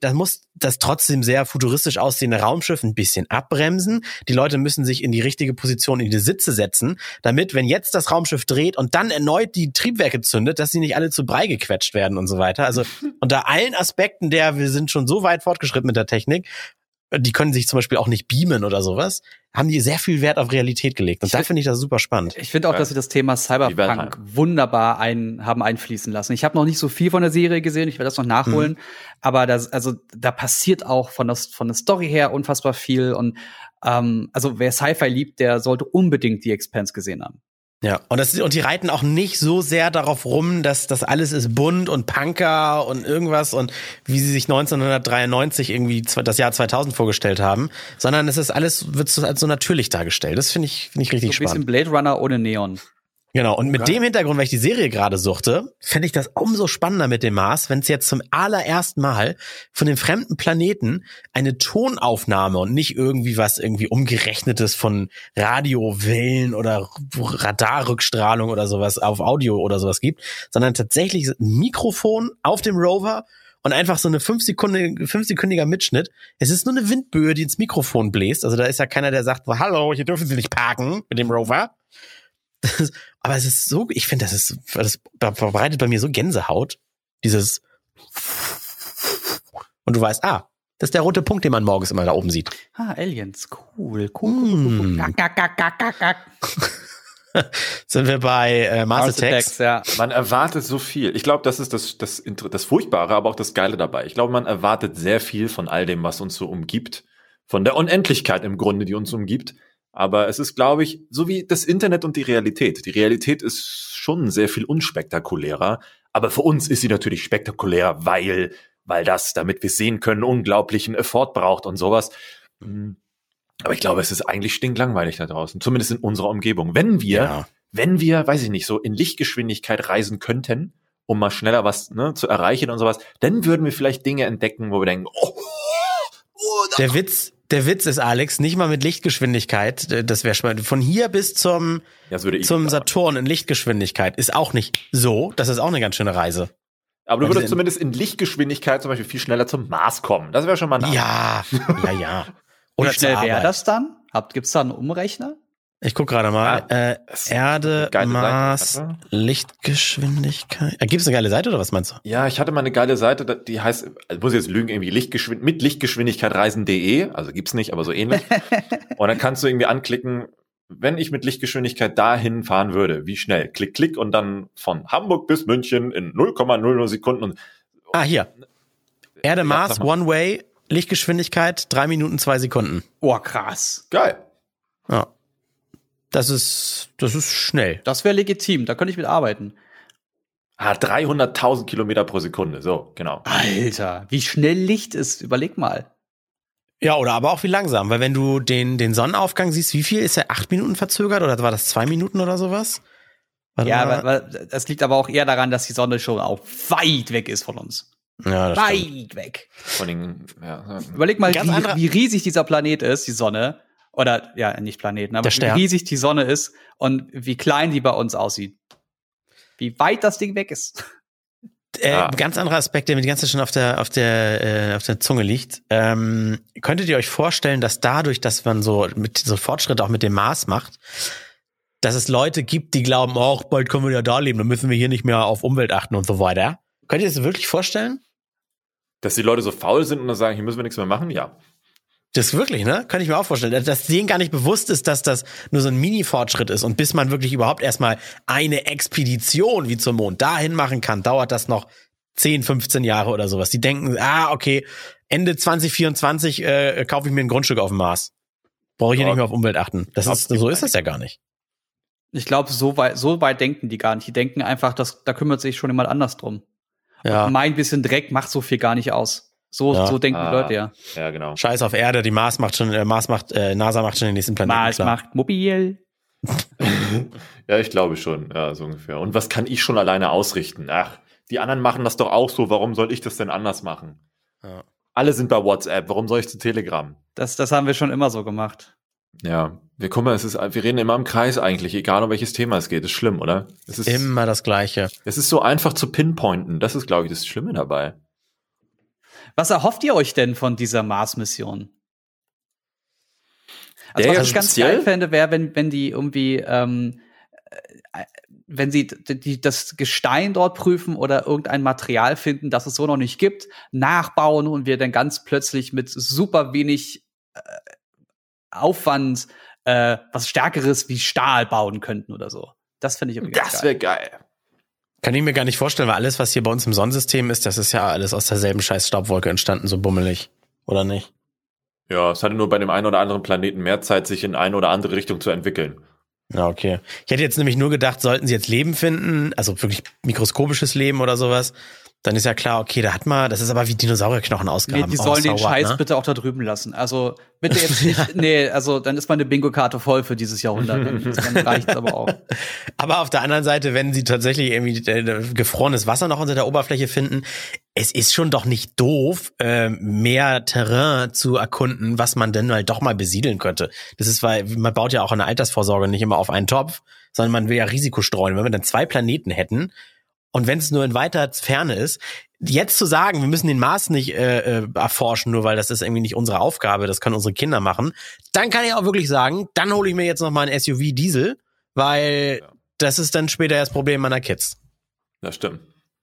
das trotzdem sehr futuristisch aussehende Raumschiff ein bisschen abbremsen. Die Leute müssen sich in die richtige Position in die Sitze setzen, damit, wenn jetzt das Raumschiff dreht und dann erneut die Triebwerke zündet, dass sie nicht alle zu Brei gequetscht werden und so weiter. Also unter allen Aspekten wir sind schon so weit fortgeschritten mit der Technik, die können sich zum Beispiel auch nicht beamen oder sowas, haben die sehr viel Wert auf Realität gelegt. Und da finde ich das super spannend. Ich finde auch, dass sie das Thema Cyberpunk wunderbar haben einfließen lassen. Ich habe noch nicht so viel von der Serie gesehen, ich werde das noch nachholen. Aber da passiert auch von der Story her unfassbar viel. Und also wer Sci-Fi liebt, der sollte unbedingt die Expanse gesehen haben. Ja, und die reiten auch nicht so sehr darauf rum, dass das alles ist bunt und Punker und irgendwas und wie sie sich 1993 irgendwie das Jahr 2000 vorgestellt haben, sondern es ist alles, wird so natürlich dargestellt. Das finde ich richtig spannend. So ein bisschen Blade Runner ohne Neon. Genau, und mit dem Hintergrund, weil ich die Serie gerade suchte, fände ich das umso spannender mit dem Mars, wenn es jetzt zum allerersten Mal von dem fremden Planeten eine Tonaufnahme und nicht irgendwie was irgendwie umgerechnetes von Radiowellen oder Radarrückstrahlung oder sowas auf Audio oder sowas gibt, sondern tatsächlich ein Mikrofon auf dem Rover und einfach so eine 5-sekündiger Mitschnitt. Es ist nur eine Windböe, die ins Mikrofon bläst. Also da ist ja keiner, der sagt, hallo, hier dürfen Sie nicht parken mit dem Rover. Aber es ist so, ich finde, das verbreitet bei mir so Gänsehaut. Dieses und du weißt, das ist der rote Punkt, den man morgens immer da oben sieht. Aliens, cool. Sind wir bei Mars Attacks? Ja. Man erwartet so viel. Ich glaube, das ist das Furchtbare, aber auch das Geile dabei. Ich glaube, man erwartet sehr viel von all dem, was uns so umgibt. Von der Unendlichkeit im Grunde, die uns umgibt. Aber es ist, glaube ich, so wie das Internet und die Realität. Die Realität ist schon sehr viel unspektakulärer. Aber für uns ist sie natürlich spektakulärer, weil das, damit wir sehen können, unglaublichen Effort braucht und sowas. Aber ich glaube, es ist eigentlich stinklangweilig da draußen. Zumindest in unserer Umgebung. Wenn wir, weiß ich nicht, so in Lichtgeschwindigkeit reisen könnten, um mal schneller was zu erreichen und sowas, dann würden wir vielleicht Dinge entdecken, wo wir denken, Der Witz ist, Alex, nicht mal mit Lichtgeschwindigkeit, das wäre schon von hier bis zum Saturn in Lichtgeschwindigkeit ist auch nicht so, das ist auch eine ganz schöne Reise. Aber du würdest zumindest in Lichtgeschwindigkeit zum Beispiel viel schneller zum Mars kommen. Das wäre schon mal Ja. Oder wie schnell wäre das dann? Gibt's da einen Umrechner? Ich guck gerade mal. Erde, Mars, Seite, Lichtgeschwindigkeit. Gibt's eine geile Seite oder was meinst du? Ja, ich hatte mal eine geile Seite, die heißt, muss ich jetzt lügen, irgendwie mit Lichtgeschwindigkeit reisen.de. Also gibt's nicht, aber so ähnlich. Und dann kannst du irgendwie anklicken, wenn ich mit Lichtgeschwindigkeit dahin fahren würde, wie schnell? Klick, klick und dann von Hamburg bis München in 0,00 Sekunden. Und hier. Erde, Mars, One Way, Lichtgeschwindigkeit, 3 Minuten, 2 Sekunden. Oh, krass. Geil. Ja. Das ist schnell. Das wäre legitim, da könnte ich mit arbeiten. 300.000 Kilometer pro Sekunde, so, genau. Alter, wie schnell Licht ist, überleg mal. Ja, oder aber auch wie langsam, weil wenn du den Sonnenaufgang siehst, wie viel? Ist er 8 Minuten verzögert oder war das 2 Minuten oder sowas? Aber das liegt aber auch eher daran, dass die Sonne schon auch weit weg ist von uns. Ja, das weit stimmt. Weg. Von den, ja. Überleg mal, wie riesig dieser Planet ist, die Sonne. Oder, ja, nicht Planeten, aber wie riesig die Sonne ist und wie klein die bei uns aussieht. Wie weit das Ding weg ist. Ganz anderer Aspekt, der mir die ganze Zeit schon auf der Zunge liegt. Könntet ihr euch vorstellen, dass dadurch, dass man so Fortschritte auch mit dem Mars macht, dass es Leute gibt, die glauben, bald können wir ja da leben, dann müssen wir hier nicht mehr auf Umwelt achten und so weiter. Könnt ihr das wirklich vorstellen? Dass die Leute so faul sind und dann sagen, hier müssen wir nichts mehr machen? Ja. Das wirklich, ne? Kann ich mir auch vorstellen. Dass denen gar nicht bewusst ist, dass das nur so ein Mini-Fortschritt ist. Und bis man wirklich überhaupt erstmal eine Expedition wie zum Mond dahin machen kann, dauert das noch 10, 15 Jahre oder sowas. Die denken, okay, Ende 2024 kaufe ich mir ein Grundstück auf dem Mars. Brauche ich hier nicht mehr auf Umwelt achten. So ist das ja gar nicht. Ich glaube, so weit denken die gar nicht. Die denken einfach, da kümmert sich schon jemand anders drum. Ja. Und mein bisschen Dreck macht so viel gar nicht aus. So denken die Leute, ja. Ja, genau. Scheiß auf Erde, die NASA macht schon den nächsten Planeten. Mars macht mobil. Ja, ich glaube schon, ja, so ungefähr. Und was kann ich schon alleine ausrichten? Ach, die anderen machen das doch auch so, warum soll ich das denn anders machen? Ja. Alle sind bei WhatsApp, warum soll ich zu Telegram? Das haben wir schon immer so gemacht. Ja, wir reden immer im Kreis eigentlich, egal um welches Thema es geht. Das ist schlimm, oder? Es ist immer das Gleiche. Es ist so einfach zu pinpointen. Das ist, glaube ich, das Schlimme dabei. Was erhofft ihr euch denn von dieser Mars-Mission? Also was ich ganz geil fände, wäre, wenn die irgendwie, wenn sie das Gestein dort prüfen oder irgendein Material finden, das es so noch nicht gibt, nachbauen und wir dann ganz plötzlich mit super wenig Aufwand was Stärkeres wie Stahl bauen könnten oder so. Das finde ich irgendwie ganz geil. Das wäre geil. Kann ich mir gar nicht vorstellen, weil alles, was hier bei uns im Sonnensystem ist, das ist ja alles aus derselben scheiß Staubwolke entstanden, so bummelig. Oder nicht? Ja, es hatte nur bei dem einen oder anderen Planeten mehr Zeit, sich in eine oder andere Richtung zu entwickeln. Ja, okay. Ich hätte jetzt nämlich nur gedacht, sollten sie jetzt Leben finden, also wirklich mikroskopisches Leben oder sowas, dann ist ja klar, okay, das ist aber wie Dinosaurierknochen ausgraben. Nee, die sollen den Scheiß bitte auch da drüben lassen. Also bitte jetzt nicht, nee, also dann ist meine Bingo-Karte voll für dieses Jahrhundert. Dann reicht's aber auch. Aber auf der anderen Seite, wenn sie tatsächlich irgendwie gefrorenes Wasser noch unter der Oberfläche finden, es ist schon doch nicht doof, mehr Terrain zu erkunden, was man denn halt doch mal besiedeln könnte. Das ist, weil man baut ja auch eine Altersvorsorge nicht immer auf einen Topf, sondern man will ja Risiko streuen. Wenn wir dann 2 Planeten hätten, und wenn es nur in weiter Ferne ist, jetzt zu sagen, wir müssen den Mars nicht erforschen, nur weil das ist irgendwie nicht unsere Aufgabe, das können unsere Kinder machen, dann kann ich auch wirklich sagen, dann hole ich mir jetzt noch mal ein SUV Diesel, weil das ist dann später das Problem meiner Kids. Das stimmt.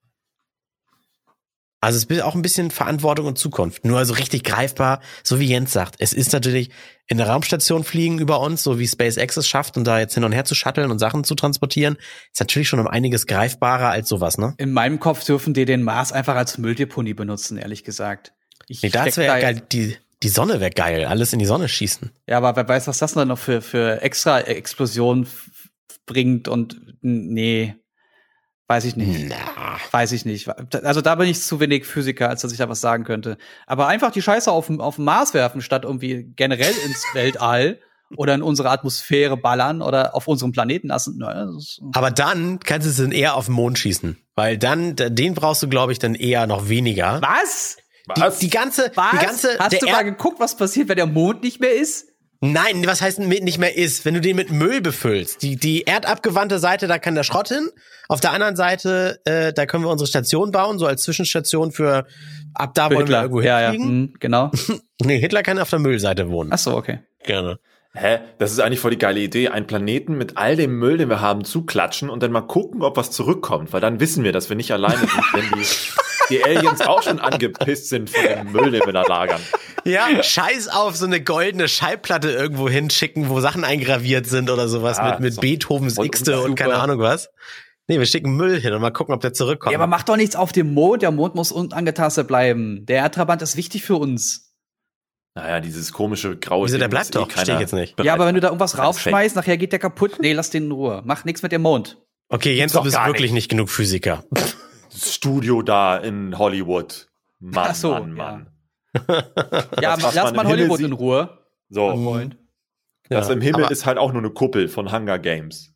Also es ist auch ein bisschen Verantwortung und Zukunft. Nur also richtig greifbar, so wie Jens sagt. Es ist natürlich in der Raumstation fliegen über uns, so wie SpaceX es schafft, und da jetzt hin und her zu shutteln und Sachen zu transportieren, ist natürlich schon um einiges greifbarer als sowas, ne? In meinem Kopf dürfen die den Mars einfach als Mülldeponie benutzen, ehrlich gesagt. Das wäre geil. Die Sonne wäre geil. Alles in die Sonne schießen. Ja, aber wer weiß, was das dann noch für extra Explosionen bringt und nee. Weiß ich nicht. Weiß ich nicht. Also da bin ich zu wenig Physiker, als dass ich da was sagen könnte. Aber einfach die Scheiße auf den Mars werfen, statt irgendwie generell ins Weltall oder in unsere Atmosphäre ballern oder auf unserem Planeten lassen. Aber dann kannst du es dann eher auf den Mond schießen. Weil dann, den brauchst du, glaube ich, dann eher noch weniger. Was? Die ganze. Hast du mal geguckt, was passiert, wenn der Mond nicht mehr ist? Nein, was heißt nicht mehr ist? Wenn du den mit Müll befüllst. Die erdabgewandte Seite, da kann der Schrott hin. Auf der anderen Seite, da können wir unsere Station bauen, so als Zwischenstation für ab da wollen wir irgendwo hinfliegen. Ja, genau. Nee, Hitler kann auf der Müllseite wohnen. Ach so, okay. Gerne. Das ist eigentlich voll die geile Idee, einen Planeten mit all dem Müll, den wir haben, zuklatschen und dann mal gucken, ob was zurückkommt. Weil dann wissen wir, dass wir nicht alleine sind, wenn die Aliens auch schon angepisst sind von dem Müll, den wir da lagern. Ja, scheiß auf so eine goldene Schallplatte irgendwo hinschicken, wo Sachen eingraviert sind oder sowas mit Beethovens X-te und keine Ahnung was. Nee, wir schicken Müll hin und mal gucken, ob der zurückkommt. Ja, aber mach doch nichts auf dem Mond. Der Mond muss unangetastet bleiben. Der Erdtrabant ist wichtig für uns. Naja, dieses komische graue Wieso, der bleibt doch, verstehe ich jetzt nicht. Ja, aber wenn du da irgendwas raufschmeißt, nachher geht der kaputt. Nee, lass den in Ruhe. Mach nichts mit dem Mond. Okay, Jens, du bist wirklich nicht genug Physiker. Das Studio da in Hollywood. Mann, ach so, Mann. Ja, lass mal Hollywood in Ruhe. So. Das im Himmel ist halt auch nur eine Kuppel von Hunger Games.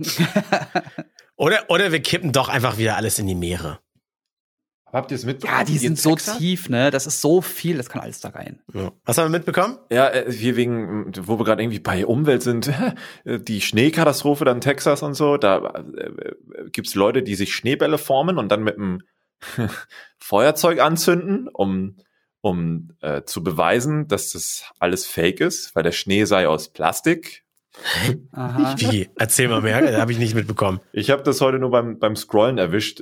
Oder wir kippen doch einfach wieder alles in die Meere. Habt ihr es mitbekommen? Ja, die sind so tief, ne? Das ist so viel, das kann alles da rein. Ja. Was haben wir mitbekommen? Ja, hier wegen, wo wir gerade irgendwie bei Umwelt sind, die Schneekatastrophe dann in Texas und so, da gibt's Leute, die sich Schneebälle formen und dann mit einem Feuerzeug anzünden, um zu beweisen, dass das alles fake ist, weil der Schnee sei aus Plastik. Aha. Wie? Erzähl mal mehr, das habe ich nicht mitbekommen. Ich habe das heute nur beim Scrollen erwischt.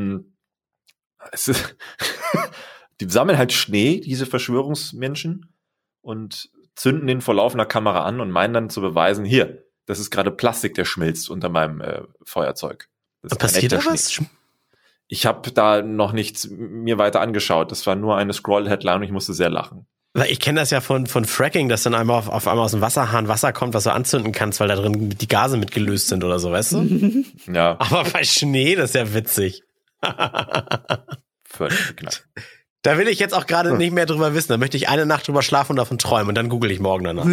Die sammeln halt Schnee, diese Verschwörungsmenschen, und zünden den vor laufender Kamera an und meinen dann zu beweisen, hier, das ist gerade Plastik, der schmilzt unter meinem Feuerzeug. Das passiert da was? Ich habe da noch nichts mir weiter angeschaut. Das war nur eine Scroll-Headline und ich musste sehr lachen. Ich kenne das ja von Fracking, dass dann einmal auf einmal aus dem Wasserhahn Wasser kommt, was du anzünden kannst, weil da drin die Gase mitgelöst sind oder so, weißt du? Ja. Aber bei Schnee, das ist ja witzig. Völlig beknackt. Da will ich jetzt auch gerade nicht mehr drüber wissen. Da möchte ich eine Nacht drüber schlafen und davon träumen und dann google ich morgen danach.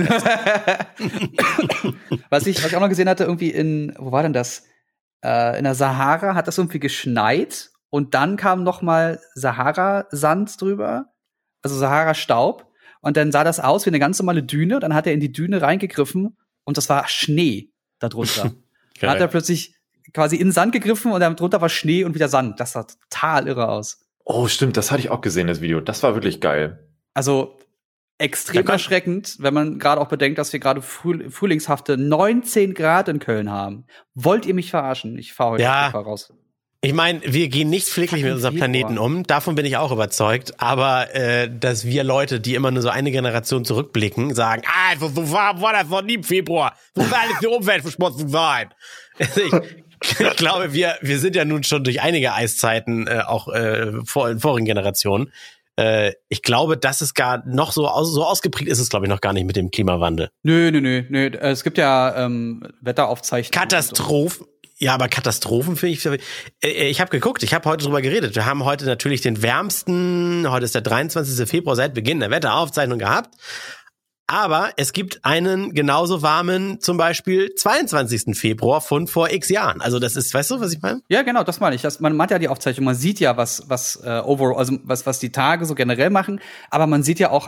Was ich auch noch gesehen hatte, irgendwie wo war denn das? In der Sahara hat das irgendwie geschneit und dann kam noch mal Sahara-Sand drüber, also Sahara-Staub, und dann sah das aus wie eine ganz normale Düne. Dann hat er in die Düne reingegriffen und das war Schnee darunter. Dann hat er plötzlich quasi in den Sand gegriffen und darunter war Schnee und wieder Sand. Das sah total irre aus. Oh, stimmt, das hatte ich auch gesehen, das Video. Das war wirklich geil. Also extrem erschreckend, wenn man gerade auch bedenkt, dass wir gerade frühlingshafte 19 Grad in Köln haben. Wollt ihr mich verarschen? Ich fahre heute raus. Ich meine, wir gehen nicht pfleglich mit unserem Planeten um. Davon bin ich auch überzeugt. Aber dass wir Leute, die immer nur so eine Generation zurückblicken, sagen, wo war das noch nie im Februar? Wo soll alles die Umweltverschmutzung sein? Ich glaube, wir sind ja nun schon durch einige Eiszeiten auch in vorigen Generationen. ich glaube, das ist gar noch so ausgeprägt ist es, glaube ich, noch gar nicht mit dem Klimawandel. Nö. Es gibt ja Wetteraufzeichnungen. Katastrophen. Ja, aber Katastrophen finde ich habe geguckt, ich habe heute drüber geredet. Wir haben heute natürlich den wärmsten, heute ist der 23. Februar, seit Beginn der Wetteraufzeichnung gehabt. Aber es gibt einen genauso warmen, zum Beispiel 22. Februar von vor x Jahren. Also das ist, weißt du, was ich meine? Ja, genau, das meine ich. Man hat ja die Aufzeichnung, man sieht ja, was die Tage so generell machen, aber man sieht ja auch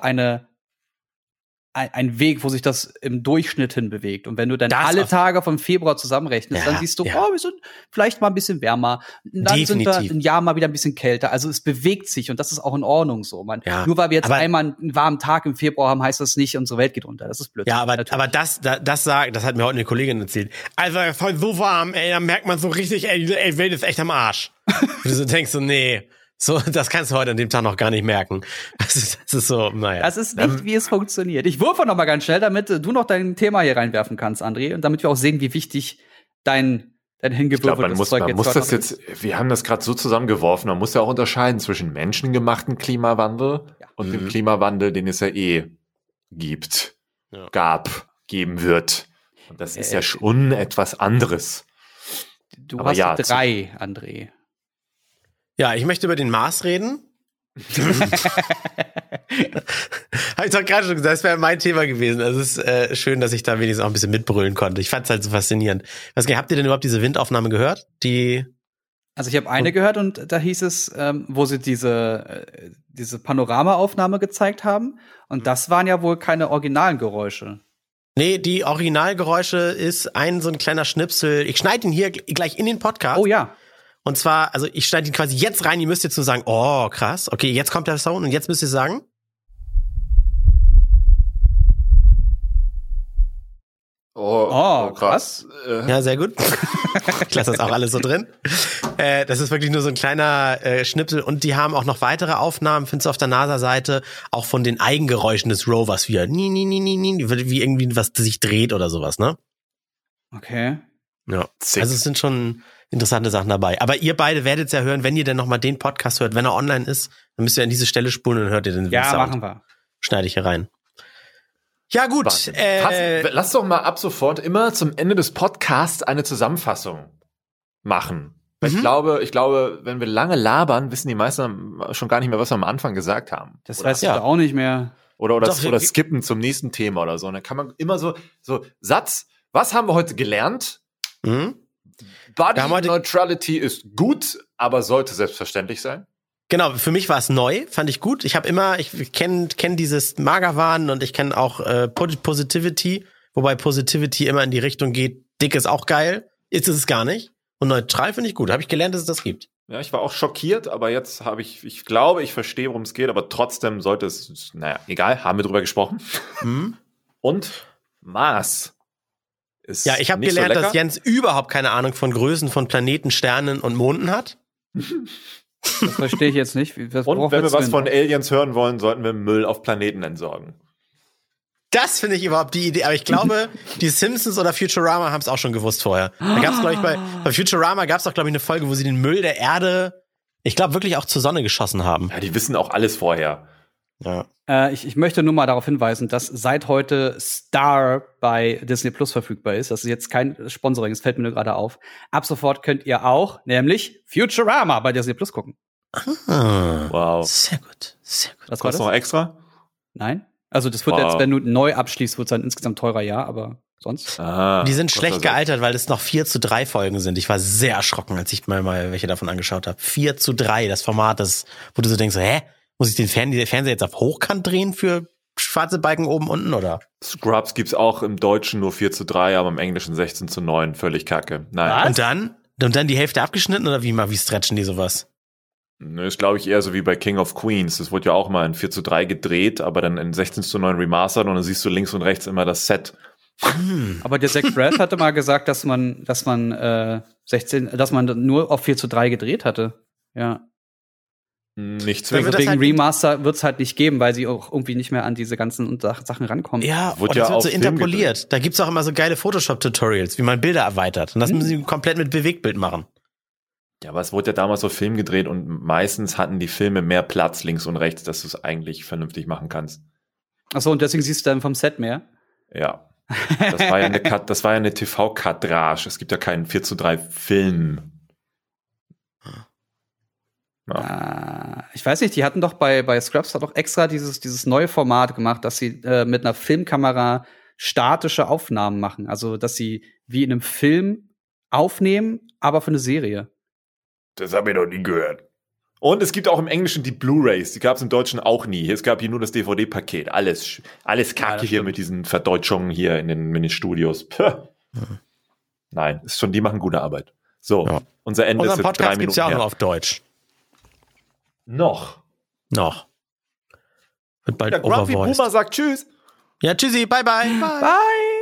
ein Weg, wo sich das im Durchschnitt hin bewegt. Und wenn du dann alle Tage vom Februar zusammenrechnest, dann siehst du, wir sind vielleicht mal ein bisschen wärmer. Dann sind wir ein Jahr mal wieder ein bisschen kälter. Also es bewegt sich und das ist auch in Ordnung so. Nur weil wir jetzt einmal einen warmen Tag im Februar haben, heißt das nicht, unsere Welt geht unter. Das ist blöd. Ja, aber das hat mir heute eine Kollegin erzählt. Also voll so warm, ey, da merkt man so richtig, ey, Welt ist echt am Arsch. Und du so denkst so, nee. So, das kannst du heute an dem Tag noch gar nicht merken. Das ist so, naja. Das ist nicht, wie es funktioniert. Ich würfe noch mal ganz schnell, damit du noch dein Thema hier reinwerfen kannst, André, und damit wir auch sehen, wie wichtig dein hingewürfeltes Zeug jetzt muss das jetzt, wir haben das gerade so zusammengeworfen, man muss ja auch unterscheiden zwischen menschengemachten Klimawandel und dem Klimawandel, den es ja gibt, geben wird. Und das ist ja schon etwas anderes. Du hast 3, André. Ja, ich möchte über den Mars reden. Habe ich doch gerade schon gesagt, das wäre mein Thema gewesen. Also es ist schön, dass ich da wenigstens auch ein bisschen mitbrühlen konnte. Ich fand es halt so faszinierend. Habt ihr denn überhaupt diese Windaufnahme gehört? Also ich habe eine gehört und da hieß es, wo sie diese Panoramaaufnahme gezeigt haben. Und das waren ja wohl keine originalen Geräusche. Nee, die Originalgeräusche ist so ein kleiner Schnipsel. Ich schneide ihn hier gleich in den Podcast. Oh ja. Und zwar, also ich schneide ihn quasi jetzt rein, ihr müsst jetzt nur sagen, oh, krass, okay, jetzt kommt der Sound und jetzt müsst ihr sagen. Oh, krass. Ja, sehr gut. Ich lasse das auch alles so drin. Das ist wirklich nur so ein kleiner Schnipsel und die haben auch noch weitere Aufnahmen, findest du auf der NASA-Seite, auch von den Eigengeräuschen des Rovers, wie irgendwie was sich dreht oder sowas, ne? Okay. Ja, also es sind schon interessante Sachen dabei. Aber ihr beide werdet es ja hören, wenn ihr denn nochmal den Podcast hört, wenn er online ist, dann müsst ihr an diese Stelle spulen und dann hört ihr den Sound. Ja, machen wir. Schneide ich hier rein. Ja gut. Lass doch mal ab sofort immer zum Ende des Podcasts eine Zusammenfassung machen. Ich glaube, wenn wir lange labern, wissen die meisten schon gar nicht mehr, was wir am Anfang gesagt haben. Das weißt du auch nicht mehr. Oder skippen zum nächsten Thema oder so. Und dann kann man immer so Satz, was haben wir heute gelernt? Body Neutrality ist gut, aber sollte selbstverständlich sein. Genau, für mich war es neu, fand ich gut. Ich kenne dieses Magerwahn und ich kenne auch Positivity, wobei Positivity immer in die Richtung geht, dick ist auch geil, ist es gar nicht. Und neutral finde ich gut, habe ich gelernt, dass es das gibt. Ja, ich war auch schockiert, aber jetzt ich glaube, ich verstehe, worum es geht, aber trotzdem sollte es, egal, haben wir drüber gesprochen. Und Mars. Ja, ich habe gelernt, dass Jens überhaupt keine Ahnung von Größen von Planeten, Sternen und Monden hat. Das verstehe ich jetzt nicht. Und wenn wir was von Aliens hören wollen, sollten wir Müll auf Planeten entsorgen. Das finde ich überhaupt die Idee. Aber ich glaube, die Simpsons oder Futurama haben es auch schon gewusst vorher. Da gab es, glaube ich, bei Futurama gab es auch, glaube ich, eine Folge, wo sie den Müll der Erde, ich glaube, wirklich auch zur Sonne geschossen haben. Ja, die wissen auch alles vorher. Ja. Ich möchte nur mal darauf hinweisen, dass seit heute Star bei Disney Plus verfügbar ist. Das ist jetzt kein Sponsoring, es fällt mir nur gerade auf. Ab sofort könnt ihr auch, nämlich Futurama bei Disney Plus gucken. Wow. Sehr gut, sehr gut. Was kostet noch extra? Nein. Also das wird jetzt, wenn du neu abschließt, wird es dann insgesamt teurer, ja, aber sonst. Die sind schlecht gealtert, weil es noch 4:3 Folgen sind. Ich war sehr erschrocken, als ich mal welche davon angeschaut habe. 4:3, das Format, wo du so denkst, muss ich den Fernseher jetzt auf Hochkant drehen für schwarze Balken oben, unten, oder? Scrubs gibt's auch im Deutschen nur 4:3, aber im Englischen 16:9. Völlig kacke. Nein. Und dann die Hälfte abgeschnitten, oder wie stretchen die sowas? Nö, ist, glaube ich, eher so wie bei King of Queens. Das wurde ja auch mal in 4:3 gedreht, aber dann in 16:9 remastert und dann siehst du links und rechts immer das Set. Aber der Zach Braff hatte mal gesagt, dass man nur auf 4:3 gedreht hatte. Ja. Nicht zwingend. Wegen Remaster wird's halt nicht geben, weil sie auch irgendwie nicht mehr an diese ganzen Sachen rankommen. Ja, und das wird so interpoliert. Da gibt's auch immer so geile Photoshop-Tutorials, wie man Bilder erweitert. Und das müssen sie komplett mit Bewegtbild machen. Ja, aber es wurde ja damals so Film gedreht und meistens hatten die Filme mehr Platz links und rechts, dass du es eigentlich vernünftig machen kannst. Achso, und deswegen siehst du dann vom Set mehr? Ja. Das war ja eine TV-Kadrage. Es gibt ja keinen 4:3 Film. Ja. Ich weiß nicht, die hatten doch bei Scrubs doch extra dieses neue Format gemacht, dass sie mit einer Filmkamera statische Aufnahmen machen. Also, dass sie wie in einem Film aufnehmen, aber für eine Serie. Das habe ich noch nie gehört. Und es gibt auch im Englischen die Blu-Rays. Die gab es im Deutschen auch nie. Es gab hier nur das DVD-Paket. Alles Kacke hier mit diesen Verdeutschungen hier in den Studios. Nein, ist schon, die machen gute Arbeit. So, unser Ende ist jetzt 3 Minuten Podcast gibt's ja auch noch auf Deutsch. Noch. Wird bald Der Grumpy overvoiced. Boomer sagt Tschüss. Ja, tschüssi, bye. Bye.